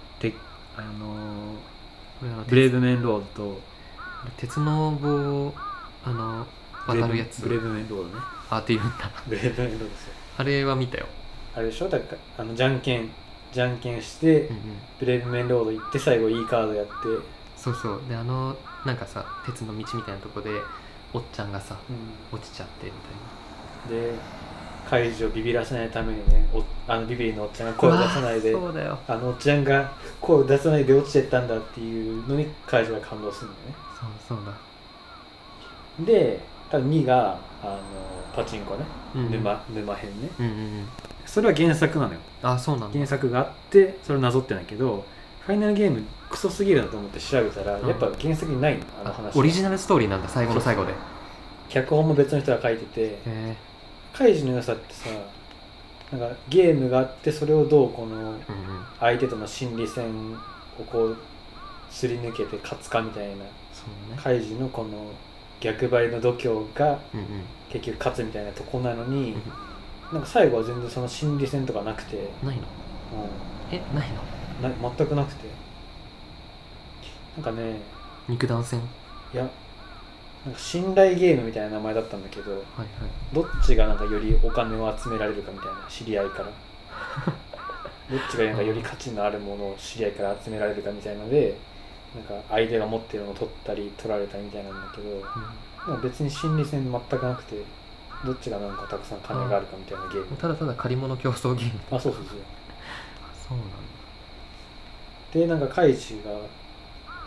ブレイブメンロードと鉄の棒渡るやつ。 ブレイブメンロードね。 って言うんだ。 ブレイブメンロードですよ。 あれは見たよ。 あれでしょ、だからじゃんけんして、ブレイブメンロード行って最後いいカードやって。 そうでなんかさ鉄の道みたいなとこでおっちゃんがさ、落ちちゃってみたいな。 で怪獣をビビらせないためにね、ビビリのおっちゃんが声を出さないで、 そうだよ。 おっちゃんが声を出さないで落ちてったんだっていうのに怪獣が感動するんだよね。 そうだ。 で多分2がパチンコね、沼編ね、それは原作なのよ。 そうなんだ。 原作があってそれをなぞってないけど、ファイナルゲームクソすぎるなと思って調べたら、やっぱ原作にないの、話。 オリジナルストーリーなんだ、最後の最後で。 脚本も別の人が書いてて、カイジの良さってさ、なんかゲームがあって、それをどうこの相手との心理戦をこうすり抜けて勝つかみたいな、カイジのこの逆張りの度胸が結局勝つみたいなとこなのに、なんか最後は全然その心理戦とかなくて。 ないの？ないの？ 全くなくて、なんかね、 肉弾戦？いや、なんか信頼ゲームみたいな名前だったんだけど、どっちがなんかよりお金を集められるかみたいな、知り合いからどっちがなんかより価値のあるものを知り合いから集められるかみたいなので、なんか相手が持ってるのを取ったり取られたりみたいなんだけど、なんか別に心理戦全くなくて、どっちがなんかたくさん金があるかみたいなゲーム。 ただただ借り物競争ゲーム。 そうそうなんだ。 でなんかカイジが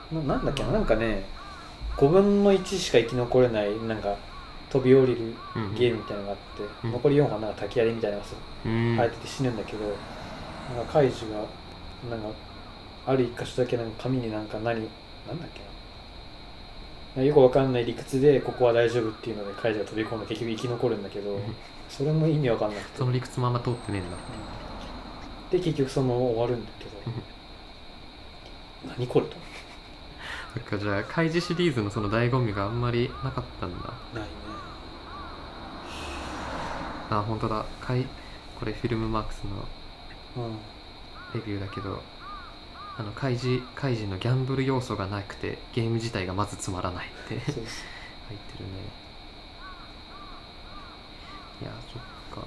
なんだっけな、なんかね5分の1しか生き残れないなんか飛び降りるゲームみたいなのがあって、残り4本なんか滝槍みたいなのが生えてて死ぬんだけど、なんかカイジがなんかある一箇所だけなんか紙になんだっけな、よくわかんない理屈でここは大丈夫っていうのでカイジが飛び込んで結局生き残るんだけど、それも意味わかんなくて、 その理屈もあんま通ってねえんだ、 で結局そのまま終わるんだけど何これと。 そっか、じゃあカイジシリーズのその醍醐味があんまりなかったんだ。 ないね。 あ、本当だ。これフィルムマークスのレビューだけど、カイジのギャンブル要素がなくてゲーム自体がまずつまらないって書いてるね。いや、そっか。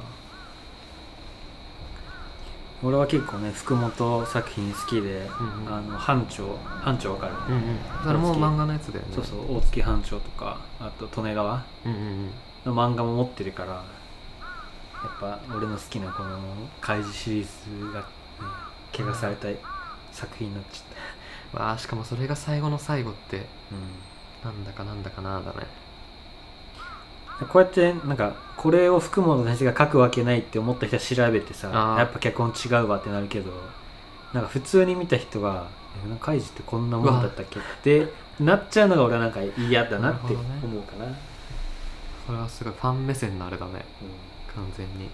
俺は結構ね福本作品好きで、班長わかる？ それも漫画のやつだよね。 そうそう、大月班長とか、あと利根川の漫画も持ってるから、やっぱ俺の好きなこの怪事シリーズが、ね、怪我された作品になっちゃった。 わあ、しかもそれが最後の最後って、なんだかなだね。 こうやってなんかこれを福本先生が書くわけないって思った人は調べてさ、やっぱ脚本違うわってなるけど、なんか普通に見た人がカイジってこんなもんだったっけってなっちゃうのが俺はなんか嫌だなって思うかな。 それはすごいファン目線のあれだね、完全に。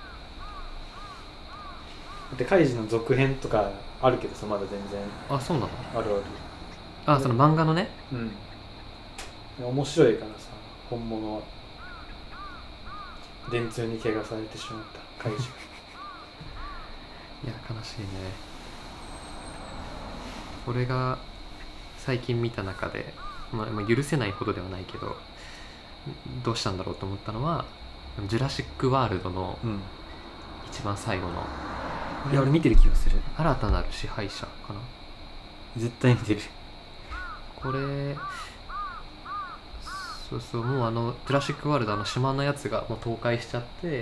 でカイジの続編とかあるけどさ、まだ全然。 あ、そうなの？ ある。 あ、その漫画のね。 面白いからさ、本物は電通に怪我されてしまったカイジいや、悲しいね。俺が最近見た中で、まあ、許せないほどではないけど、どうしたんだろうと思ったのはジュラシックワールドの一番最後の、 いや俺見てる気がする。 新たなる支配者かな。 絶対見てる。 これそう、もうジュラシックワールド島のやつがもう倒壊しちゃって、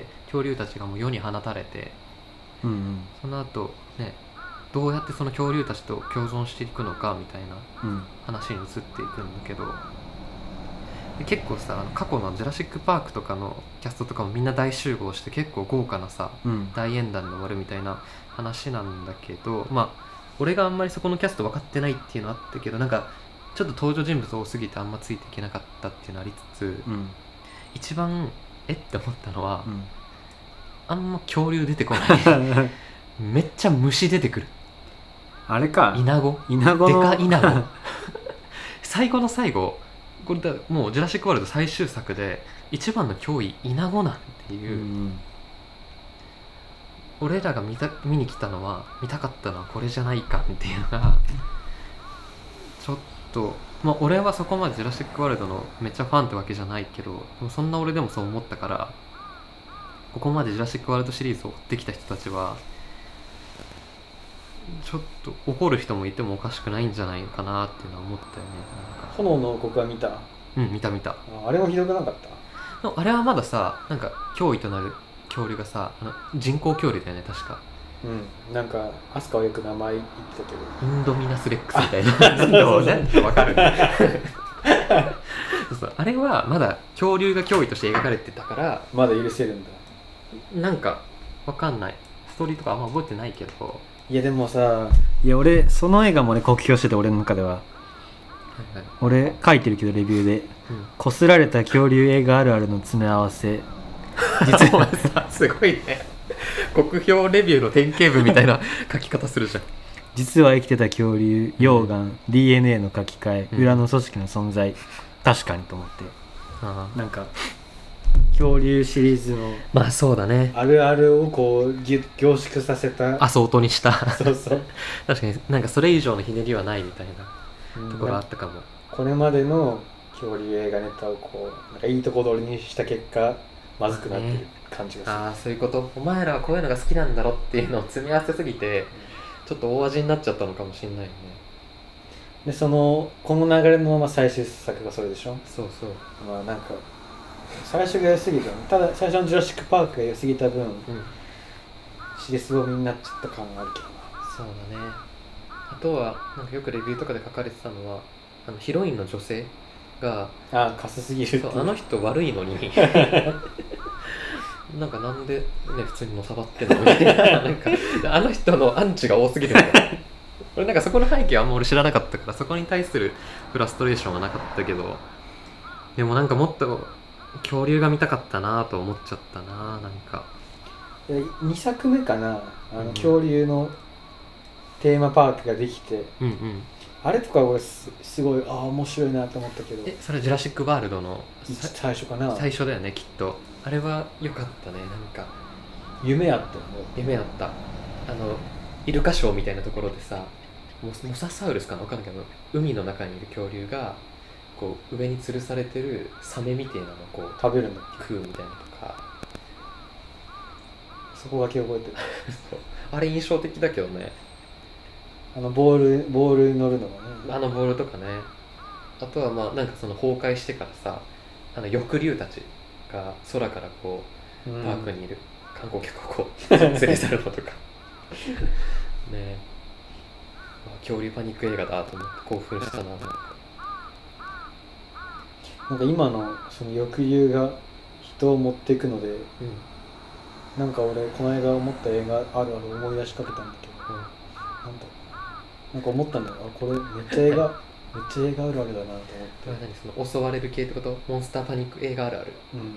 恐竜たちがもう世に放たれて、その後ね、どうやってその恐竜たちと共存していくのかみたいな話に移っていくんだけど、で結構さ、過去のジュラシックパークとかのキャストとかもみんな大集合して結構豪華なさ、大演談で終わるみたいな話なんだけど、まあ俺があんまりそこのキャスト分かってないっていうのあったけど、なんかちょっと登場人物多すぎてあんまついていけなかったっていうのありつつ、一番って思ったのは、あんま恐竜出てこないめっちゃ虫出てくる。 あれか、 イナゴのでかイナゴ最後の最後、これだもうジュラシックワールド最終作で一番の脅威イナゴなんていう、俺らが見に来たのは、見たかったのはこれじゃないかっていうのがちょっと、まあ俺はそこまでジュラシックワールドのめっちゃファンってわけじゃないけど、でもそんな俺でもそう思ったから、ここまでジュラシックワールドシリーズを追ってきた人たちはちょっと怒る人もいてもおかしくないんじゃないかなっていうのは思ったよね。なんか炎の王国は見た？ 見た。 あれもひどくなかった？ あれはまださ、なんか脅威となる恐竜がさ、人工恐竜だよね確か。 なんかアスカはよく名前言ってたけど、 インドミナスレックスみたいなどうねわかるそうあれはまだ恐竜が脅威として描かれてたからまだ許せるんだ。 なんかわかんない、ストーリーとかあんま覚えてないけど。 いやでもさ、いや俺その映画もね酷評してて、俺の中では、俺書いてるけどレビューで、こすられた恐竜映画あるあるの詰め合わせ実はさ、すごいね酷評レビューの典型文みたいな書き方するじゃん。 実は生きてた恐竜、溶岩、DNA の書き換え、裏の組織の存在、確かにと思って、なんか恐竜シリーズのまあそうだね、 あるあるをこう凝縮させた、 アソートにしたそう確かになんかそれ以上のひねりはないみたいなところあったかも。 これまでの恐竜映画ネタをこうなんかいいとこ取りにした結果まずくなってる感じがする。 あ、そういうこと。お前らはこういうのが好きなんだろっていうのを詰め合わせすぎてちょっと大味になっちゃったのかもしれないよね。 でこの流れのまま最終作がそれでしょ。 そう。 まあなんか最初が良すぎた、ただ最初のジュラシックパークが良すぎた分、尻すぼみになっちゃった感があるけどな。 そうだね。 あとはなんかよくレビューとかで書かれてたのはヒロインの女性がカスすぎるってあの人悪いのになんかなんでね普通にのさばってんのみたいななんかあの人のアンチが多すぎるみたいな俺なんかそこの背景はあんま俺知らなかったからそこに対するフラストレーションはなかったけど、でもなんかもっと恐竜が見たかったなと思っちゃったな。なんか 2作目かな、恐竜のテーマパークができて、 うんうん、 あれとか俺すごい面白いなと思ったけど。 それジュラシックワールドの最初かな。 最初だよねきっと。あれは良かったね。なんか夢あったよね。 夢あった。イルカショーみたいなところでさ、モササウルスかな分かんないけど海の中にいる恐竜がこう上に吊るされてるサメみたいなのをこう食べるんだ食うみたいなとか、 そこだけ覚えてるあれ印象的だけどね。 ボールに乗るのがね、 ボールとかね。あとはまあなんかその崩壊してからさ翼竜たちが空からこうパークにいる観光客をこう連れ去るのとかね。恐竜パニック映画だと思って興奮したな。 なんか今のその翼竜が人を持っていくので、なんか俺この間思った映画ある思い出しかけたんだけど、なんか思ったんだよ。これめっちゃ映画あるあるだなと思って。 何その襲われる系ってこと？モンスターパニック映画あるある。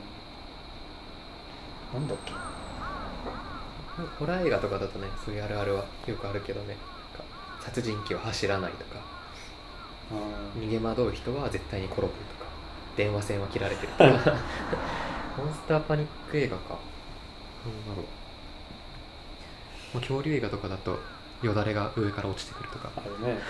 なんだっけ。 ホラー映画とかだとねそういうあるあるはよくあるけどね。殺人鬼は走らないとか、逃げ惑う人は絶対に転ぶとか、電話線は切られてるとかモンスターパニック映画か。なんだろう。恐竜映画とかだとよだれが上から落ちてくるとかあるね。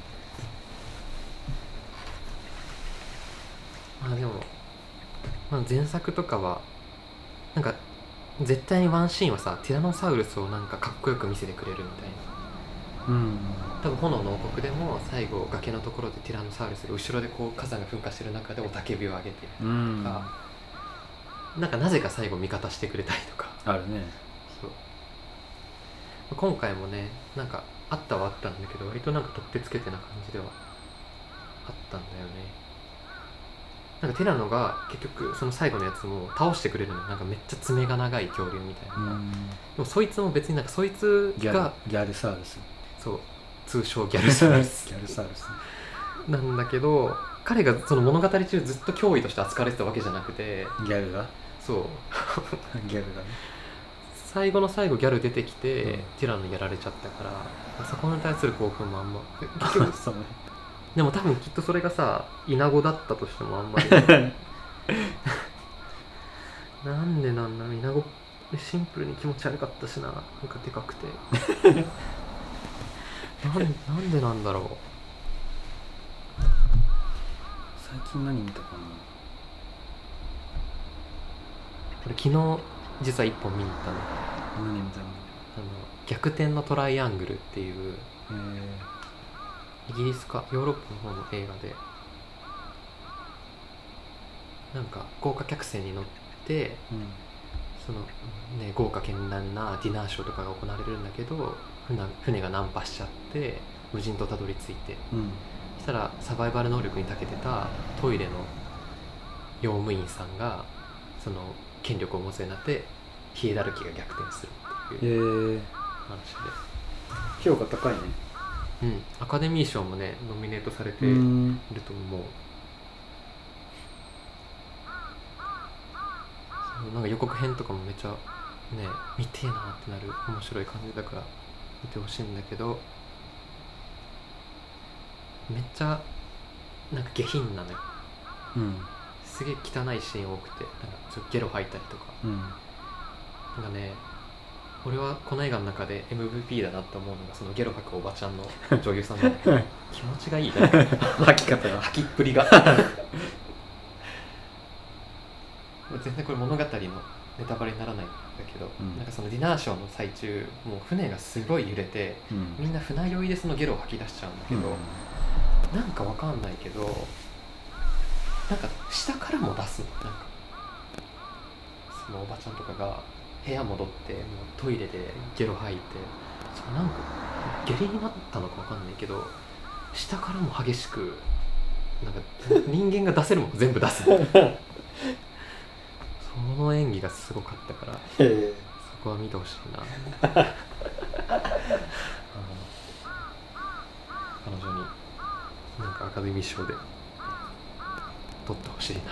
でも、前作とかはなんか絶対にワンシーンはさティラノサウルスをなんかかっこよく見せてくれるみたいな。多分炎の王国でも最後崖のところでティラノサウルスが後ろでこう火山が噴火してる中で雄たけびを上げてるとか、なんかなぜか最後味方してくれたりとかあるね。 そう今回もねなんかあったはあったんだけど割となんか取ってつけてな感じではあったんだよね。なんかティラノが結局その最後のやつも倒してくれるの。なんかめっちゃ爪が長い恐竜みたいな。でもそいつも別になんかそいつがギャルサウルス、 そう通称ギャルサウルスギャルサウルスなんだけど、彼がその物語中ずっと脅威として扱われてたわけじゃなくて、 ギャルがそうギャルがね最後の最後ギャル出てきて、ティラノやられちゃったから、そこに対する興奮もあんま結局そうね。 でも多分きっとそれがさイナゴだったとしてもあんまりなんでなんだろう。イナゴシンプルに気持ち悪かったしな、なんかでかくてなんでなんだろう。 最近何見たかな。 俺昨日実は一本見に行ったの。 何見たの。 逆転のトライアングルっていうイギリスかヨーロッパの方の映画で、なんか豪華客船に乗って、そのね豪華絢爛なディナーショーとかが行われるんだけど、船が難破しちゃって無人島たどり着いて、そしたらサバイバル能力に長けてたトイレの用務員さんがその権力を持つようになってヒエラルキーが逆転するっていう話で、評価高いね。 アカデミー賞もねノミネートされていると思う。なんか予告編とかもめちゃね見てえなってなる面白い感じだから見てほしいんだけど、めっちゃなんか下品なのよ。すげえ汚いシーン多くて、なんかちょっとゲロ吐いたりとか、なんかね俺はこの映画の中で MVP だなって思うのがそのゲロ吐くおばちゃんの女優さんなんだけど気持ちがいいね吐き方が吐きっぷりが全然これ物語のネタバレにならないんだけど、なんかそのディナーショーの最中もう船がすごい揺れて、みんな船酔いでそのゲロを吐き出しちゃうんだけど、なんかわかんないけどなんか下からも出すの。なんかそのおばちゃんとかが部屋戻ってもうトイレでゲロ吐いて、なんか下痢になったのか分かんないけど下からも激しくなんか人間が出せるもの全部出すその演技がすごかったからそこは見てほしいな彼女になんかアカデミー賞で撮ってほしいな。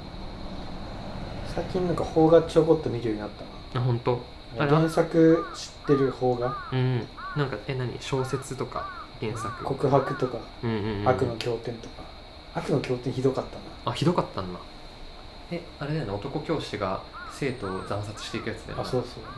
最近なんか邦画ちょこっと見るようになったな。あ、本当。 原作知ってる邦画？ うん。なんか何小説とか原作？ 告白とか、悪の経典とか。悪の経典ひどかったな。あ、ひどかったんだ。あれだよね、男教師が生徒を惨殺していくやつだよね。 あ、そうそう。 そう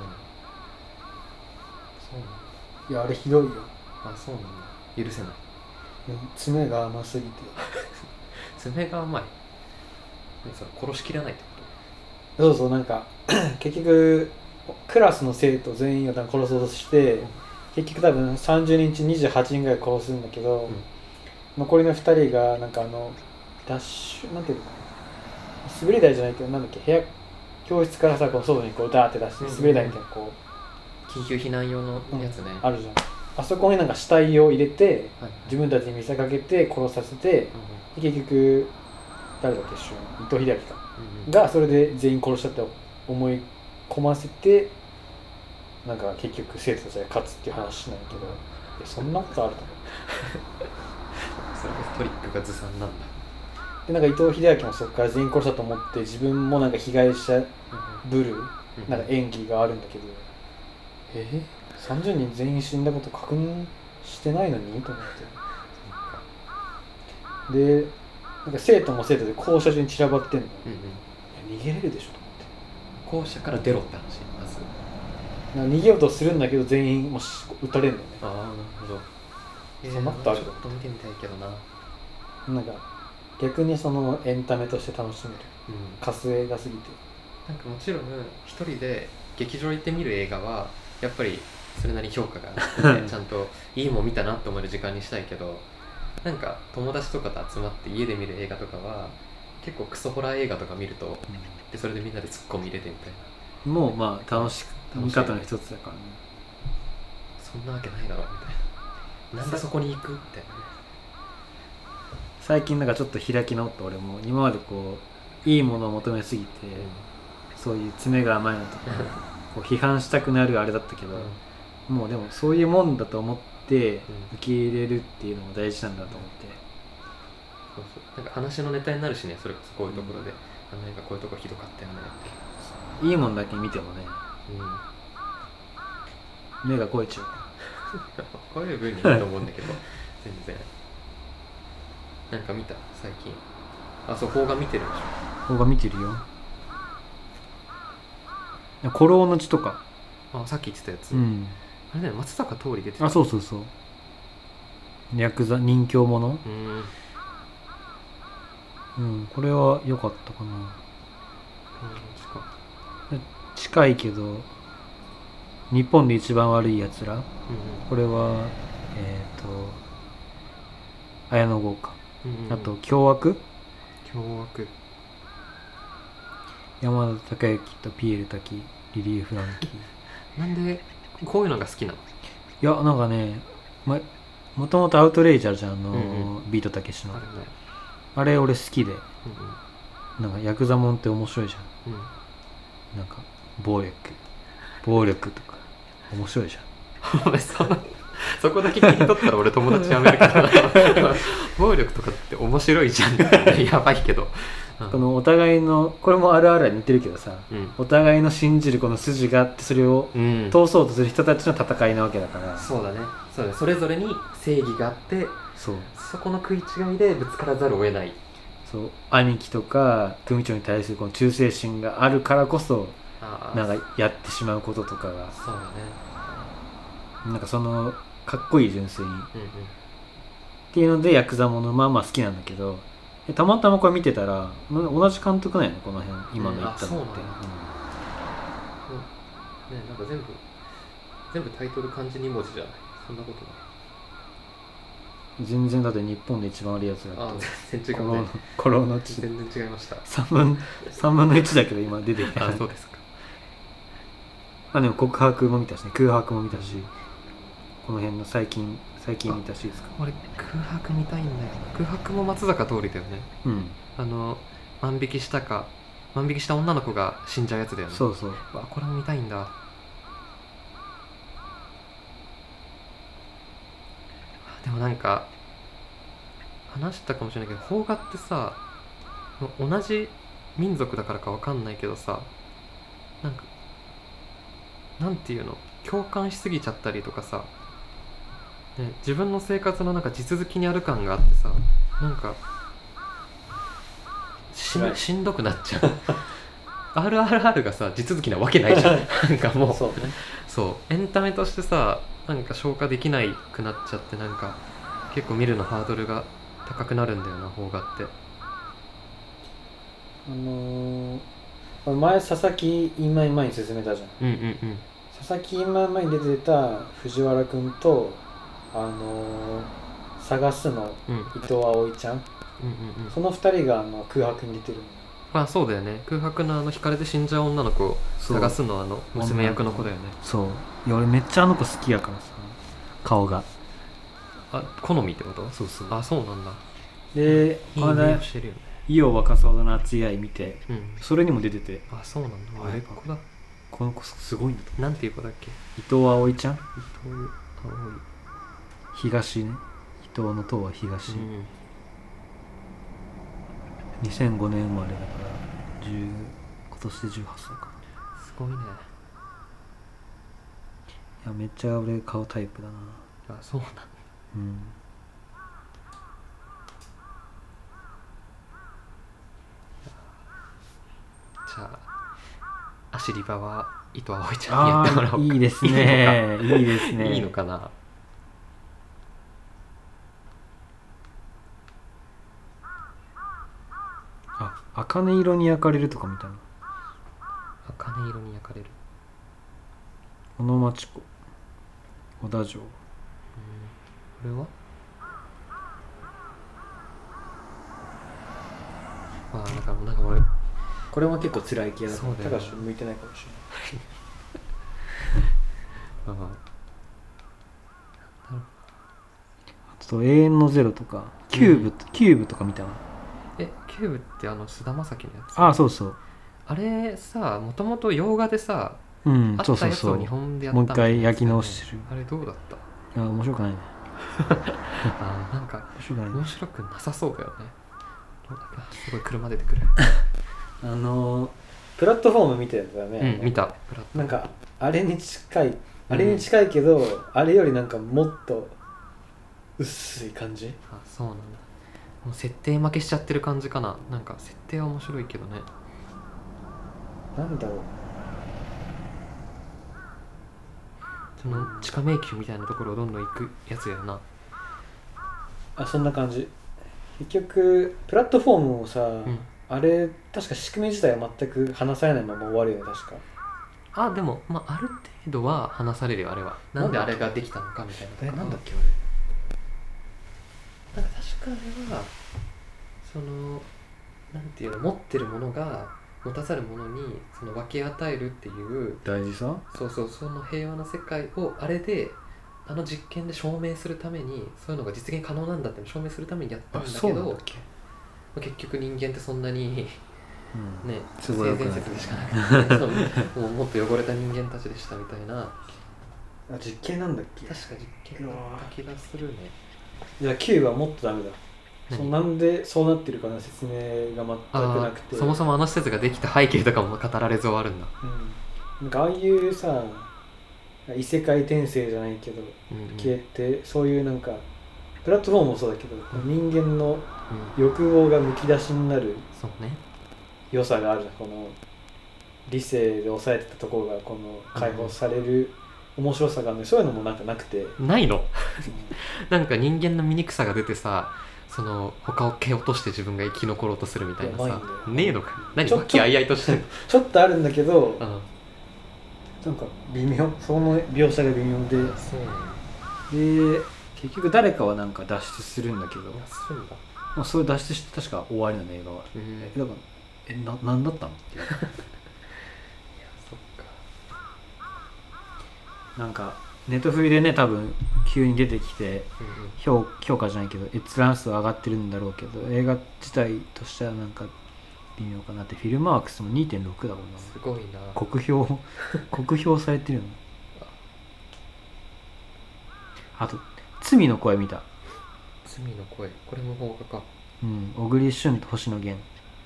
なんだ。いや、あれひどいよ。 あ、そうなんだ。許せない。 爪が甘すぎて爪が甘い。殺しきらないってこと？そうそう、なんか結局クラスの生徒全員を殺そうとして、結局多分30人中28人ぐらい殺すんだけど、残りの2人がなんかダッシュなんていうの、滑り台じゃないけどなんだっけ、部屋教室からさこう外にこうダーって出して滑り台みたいなこう緊急避難用のやつね、 あるじゃん。あそこになんか死体を入れて、自分たちに見せかけて殺させて、結局誰だっけ、伊藤英明か、がそれで全員殺したって思い込ませて、なんか結局生徒たちが勝つっていう話なんだけど、そんなことあると思うそれこそトリックがずさんなんだ。 でなんか伊藤英明もそこから全員殺したと思って自分もなんか被害者ぶるなんか演技があるんだけど、30人全員死んだこと確認してないのにと思って、でなんか生徒も生徒で校舎中に散らばってんの、逃げれるでしょと思って、校舎から出ろって話まずなんか逃げようとするんだけど全員も撃たれるのね。 ああ、なるほど。 そんなことある？ ちょっと見てみたいけどな。 なんか逆にそのエンタメとして楽しめる、カス映画すぎて。 なんかもちろん一人で劇場行って見る映画はやっぱりそれなりに評価があって、ちゃんといいもん見たなって思える時間にしたいけど、なんか友達とかと集まって家で見る映画とかは結構クソホラー映画とか見ると、でそれでみんなでツッコミ入れてみたいな、 もうまあ楽しく見方の一つだからね。 そんなわけないだろみたいな、なんでそこに行くみたいなね。 最近なんかちょっと開き直った俺も、今までこういいものを求めすぎて、そういう爪が甘いのとかこう批判したくなるあれだったけど、もうでもそういうもんだと思って受け入れるっていうのも大事なんだと思って、 そうそう、なんか話のネタになるしね、それこそこういうところで、あの映画こういうとこひどかったよねって、いいもんだけ見てもね、目が肥えちゃうこういう分にいいと思うんだけど全然。なんか見た最近？あ、そう、邦画見てるでしょ？ 邦画見てるよ。古老の地とか。 あ、さっき言ってたやつ。あれね、松坂桃李出てた。 あ、そうそうそう。ヤクザ人形者。これは良かったかな。近いけど日本で一番悪いやつら、これは綾野剛か、あと凶悪、山田孝之とピエール滝、リリー・フランキーなんでこういうのが好きなの？ いや、なんかね、もともとアウトレイジあるじゃん、ビートたけしの、あれ俺好きで、なんかヤクザもんって面白いじゃん、なんか暴力とか面白いじゃん。 お前そこだけ切り取ったら俺友達やめるから暴力とかって面白いじゃんってやばいけど、 このお互いのこれもあるあるは似てるけどさ、お互いの信じるこの筋があって、それを通そうとする人たちの戦いなわけだから、 そうだね、そうだね、それぞれに正義があって、そこの食い違いでぶつからざるを得ない。 そう、兄貴とか組長に対するこの忠誠心があるからこそなんかやってしまうこととかが、 そうだね、 なんかそのかっこいい純粋に、っていうのでヤクザものまあまあ好きなんだけど、たまたまこれ見てたら同じ監督なんやね、この辺今の言ったのって、 ね、なんか全部タイトル漢字2文字じゃない？そんなことない？ 全然だって日本で一番悪いやつだと全然違うね。 古老の地全然違いました。 3分の1だけど今出てきた。 あ、そうですか。 まあでも告白も見たしね、空白も見たし、 この辺の最近見たシリーズか。 俺空白見たいんだよ。空白も松坂桃李だよね。 うん。 万引きした女の子が死んじゃうやつだよね。 そうそう。 これも見たいんだ。でもなんか話したかもしれないけど、邦画ってさ、同じ民族だからかわかんないけどさ、なんていうの、共感しすぎちゃったりとかさ、ね、自分の生活のなんか地続きにある感があってさ、なんかしんどくなっちゃうRRR がさ地続きなわけないじゃんなんかもうそうね、 そうエンタメとしてさ、なんか消化できないくなっちゃって、なんか結構見るのハードルが高くなるんだよな、邦画って。 前佐々木今に進めたじゃん。佐々木今に出てた藤原くんと探すの伊藤葵ちゃん、その2人が空白に出てるの。あ、そうだよね。空白の惹かれて死んじゃう女の子を探すの娘役の子だよね。 そう。いや俺めっちゃあの子好きやからさ、顔が。 好みってこと？そうそう。あ、そうなんだ。 で、 いい目をしてるよね。 伊予若そうだな熱い愛見て、それにも出てて。 あ、そうなんだ。売れっ子だ。 この子すごいんだと。 なんていう子だっけ？ 伊藤葵ちゃん？伊藤葵。 東ね。伊藤の塔は東。2005年生まれだから今年で18歳か。 すごいね。 いやめっちゃ俺顔タイプだな。あ、そうなんだ。 うん。 じゃあアシリバは伊藤葵ちゃんにやってもらおうか。 いいですね。いいですね。 いいのかな。 茜色に焼かれるとかみたいな。 茜色に焼かれる。 小野町子、小田城。これはなんか俺これも結構辛い系だから、 そうだよね、 高橋向いてないかもしれないあと永遠のゼロとかキューブとか見たな。 キューブって菅田将暉のやつ？ ああ、そうそう。 あれさ、もともと洋画でさ、 あったやつを日本でやったんだよね。 もう一回焼き直してる。 あれどうだった？ 面白くないねなんか面白くなさそうだよね。すごい車出てくるプラットフォーム見てたよね。 見た。 なんかあれに近いけど、あれよりなんかもっと薄い感じ。 あ、そうなんだ。もう設定負けしちゃってる感じかな。なんか設定は面白いけどね。 なんだろう、 その地下迷宮みたいなところをどんどん行くやつやな。 そんな感じ。結局プラットフォームもさ、あれ確か仕組み自体は全く話されないまま終わるよね、確か。 でもある程度は話されるよ、あれは。なんであれができたのかみたいな。 なんだっけあれ。なんか確かあれはなんていうの、持ってるものが持たざるものに分け与えるっていう大事さ。 その平和な世界をあれで実験で証明するために、そういうのが実現可能なんだって証明するためにやったんだけど、結局人間ってそんなに、性善説でしかなくてもうもっと汚れた人間たちでしたみたいな。 実験なんだっけ。 確か実験だった気がするね。 じゃあ Q はもっとダメだ。なんでそうなってるかの説明が全くなくて、 そもそも施設ができた背景とかも語られず終わるんだ。 なんかああいうさ、異世界転生じゃないけど、系ってそういうなんかプラットフォームもそうだけど、人間の欲望がむき出しになる良さがあるじゃん。この理性で抑えてたところがこの解放される面白さがあるね。そういうのもなんかなくて。 ないのなんか人間の醜さが出てさ、他を蹴落として自分が生き残ろうとするみたいなさ、ねえのか。何和気あいあいとしてちょっとあるんだけど、なんか微妙、その描写が微妙で、結局誰かはなんか脱出するんだけど、それ脱出して確か終わりなの、映画は。だから何だったのっていういや、そっか。なんかネットフリでね、多分急に出てきて、評価じゃないけど閲覧数上がってるんだろうけど、映画自体としてはなんか微妙かなって。フィルマークスも 2.6 だもんな。 すごいな。 酷評されてるの。あと罪の声見た。 罪の声、これも邦画か。 小栗旬と星野源。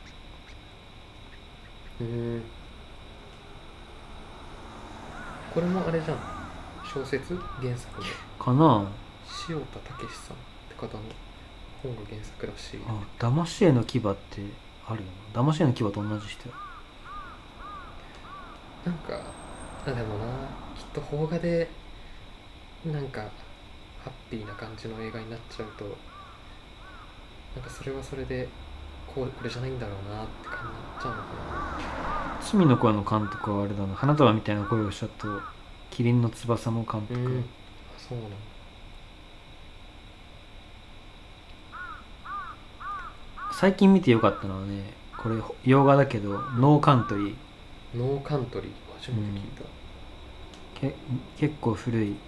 これもあれじゃん、小説原作でかな。 塩田武さんって方の本が原作らしい。 騙し絵の牙ってあるよな。騙し絵の牙と同じ人。 なんかでもな、きっと邦画でなんかハッピーな感じの映画になっちゃうと、なんかそれはそれでこれじゃないんだろうなって感じになっちゃうのかな。 罪の声の監督はあれだな、花束みたいな声をしたとキリンの翼の監督。 そうなの。 最近見てよかったのはね、これ洋画だけどノーカントリー。 ノーカントリー初めて聞いた。 結構古い。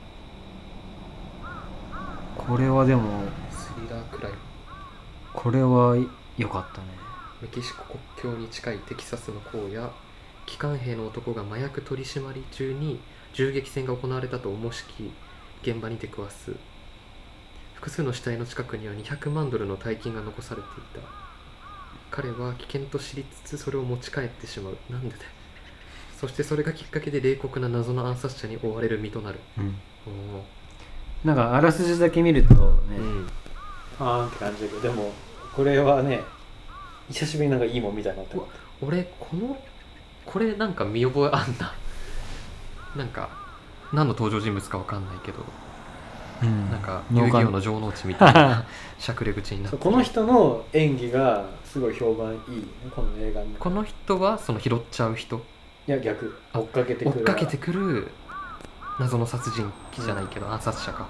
これはでもスリラーくらい。 これは良かったね。 メキシコ国境に近いテキサスの荒野、機関兵の男が麻薬取り締まり中に銃撃戦が行われたと思しき現場に出くわす。複数の死体の近くには$200万の大金が残されていた。彼は危険と知りつつそれを持ち帰ってしまう。なんでだよ。そしてそれがきっかけで冷酷な謎の暗殺者に追われる身となる。 なんかあらすじだけ見るとね、あーんって感じだけど、でもこれはね、久しぶりになんかいいもん見たなって思って。 俺これなんか見覚えあんな。なんか何の登場人物か分かんないけど、なんか遊戯王の城之内みたいなしゃくれ口になってこの人の演技がすごい評判いいね、この映画の。 この人はその拾っちゃう人。 いや逆、追っかけてくる謎の殺人鬼じゃないけど、暗殺者か。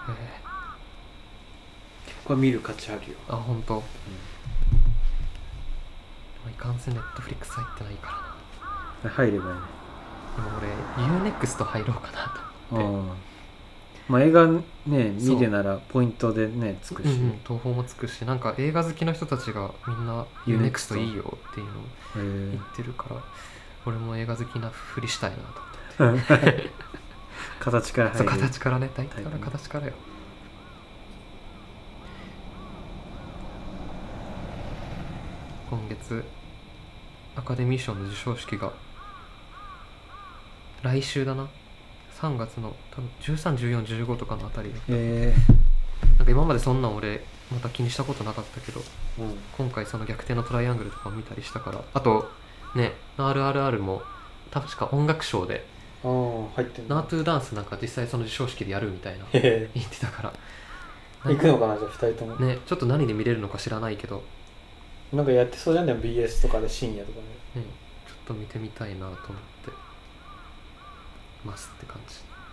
これ見る価値あるよ。 本当。いかんせんネットフリックス入ってないからな。 入ればいいね。 でも俺 UNEXT 入ろうかなと思って。 映画ね見るならポイントでねつくし、 東宝もつくし、なんか映画好きの人たちがみんな UNEXT いいよっていうのを言ってるから、俺も映画好きなふりしたいなと思って形から入る。 形からね、大体から形からよ。今月アカデミー賞の授賞式が来週だな。3月の多分13、14、15とかのあたりで、なんか今までそんなん俺また気にしたことなかったけど、今回その逆転のトライアングルとか見たりしたから。あとね、RRR も確か音楽賞で入ってる。 ナートゥーダンスなんか実際その授賞式でやるみたいな言ってたから、 行くのかなじゃあ2人ともね。ちょっと何で見れるのか知らないけど、 なんかやってそうじゃんね、BS とかで深夜とかね。 ちょっと見てみたいなと思ってますって感じ。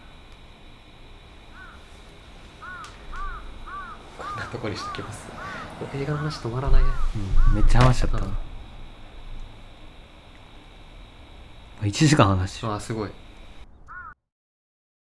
こんなとこにしときます。映画の話止まらないね。 めっちゃ話しちゃったな。1時間話してる。 すごい。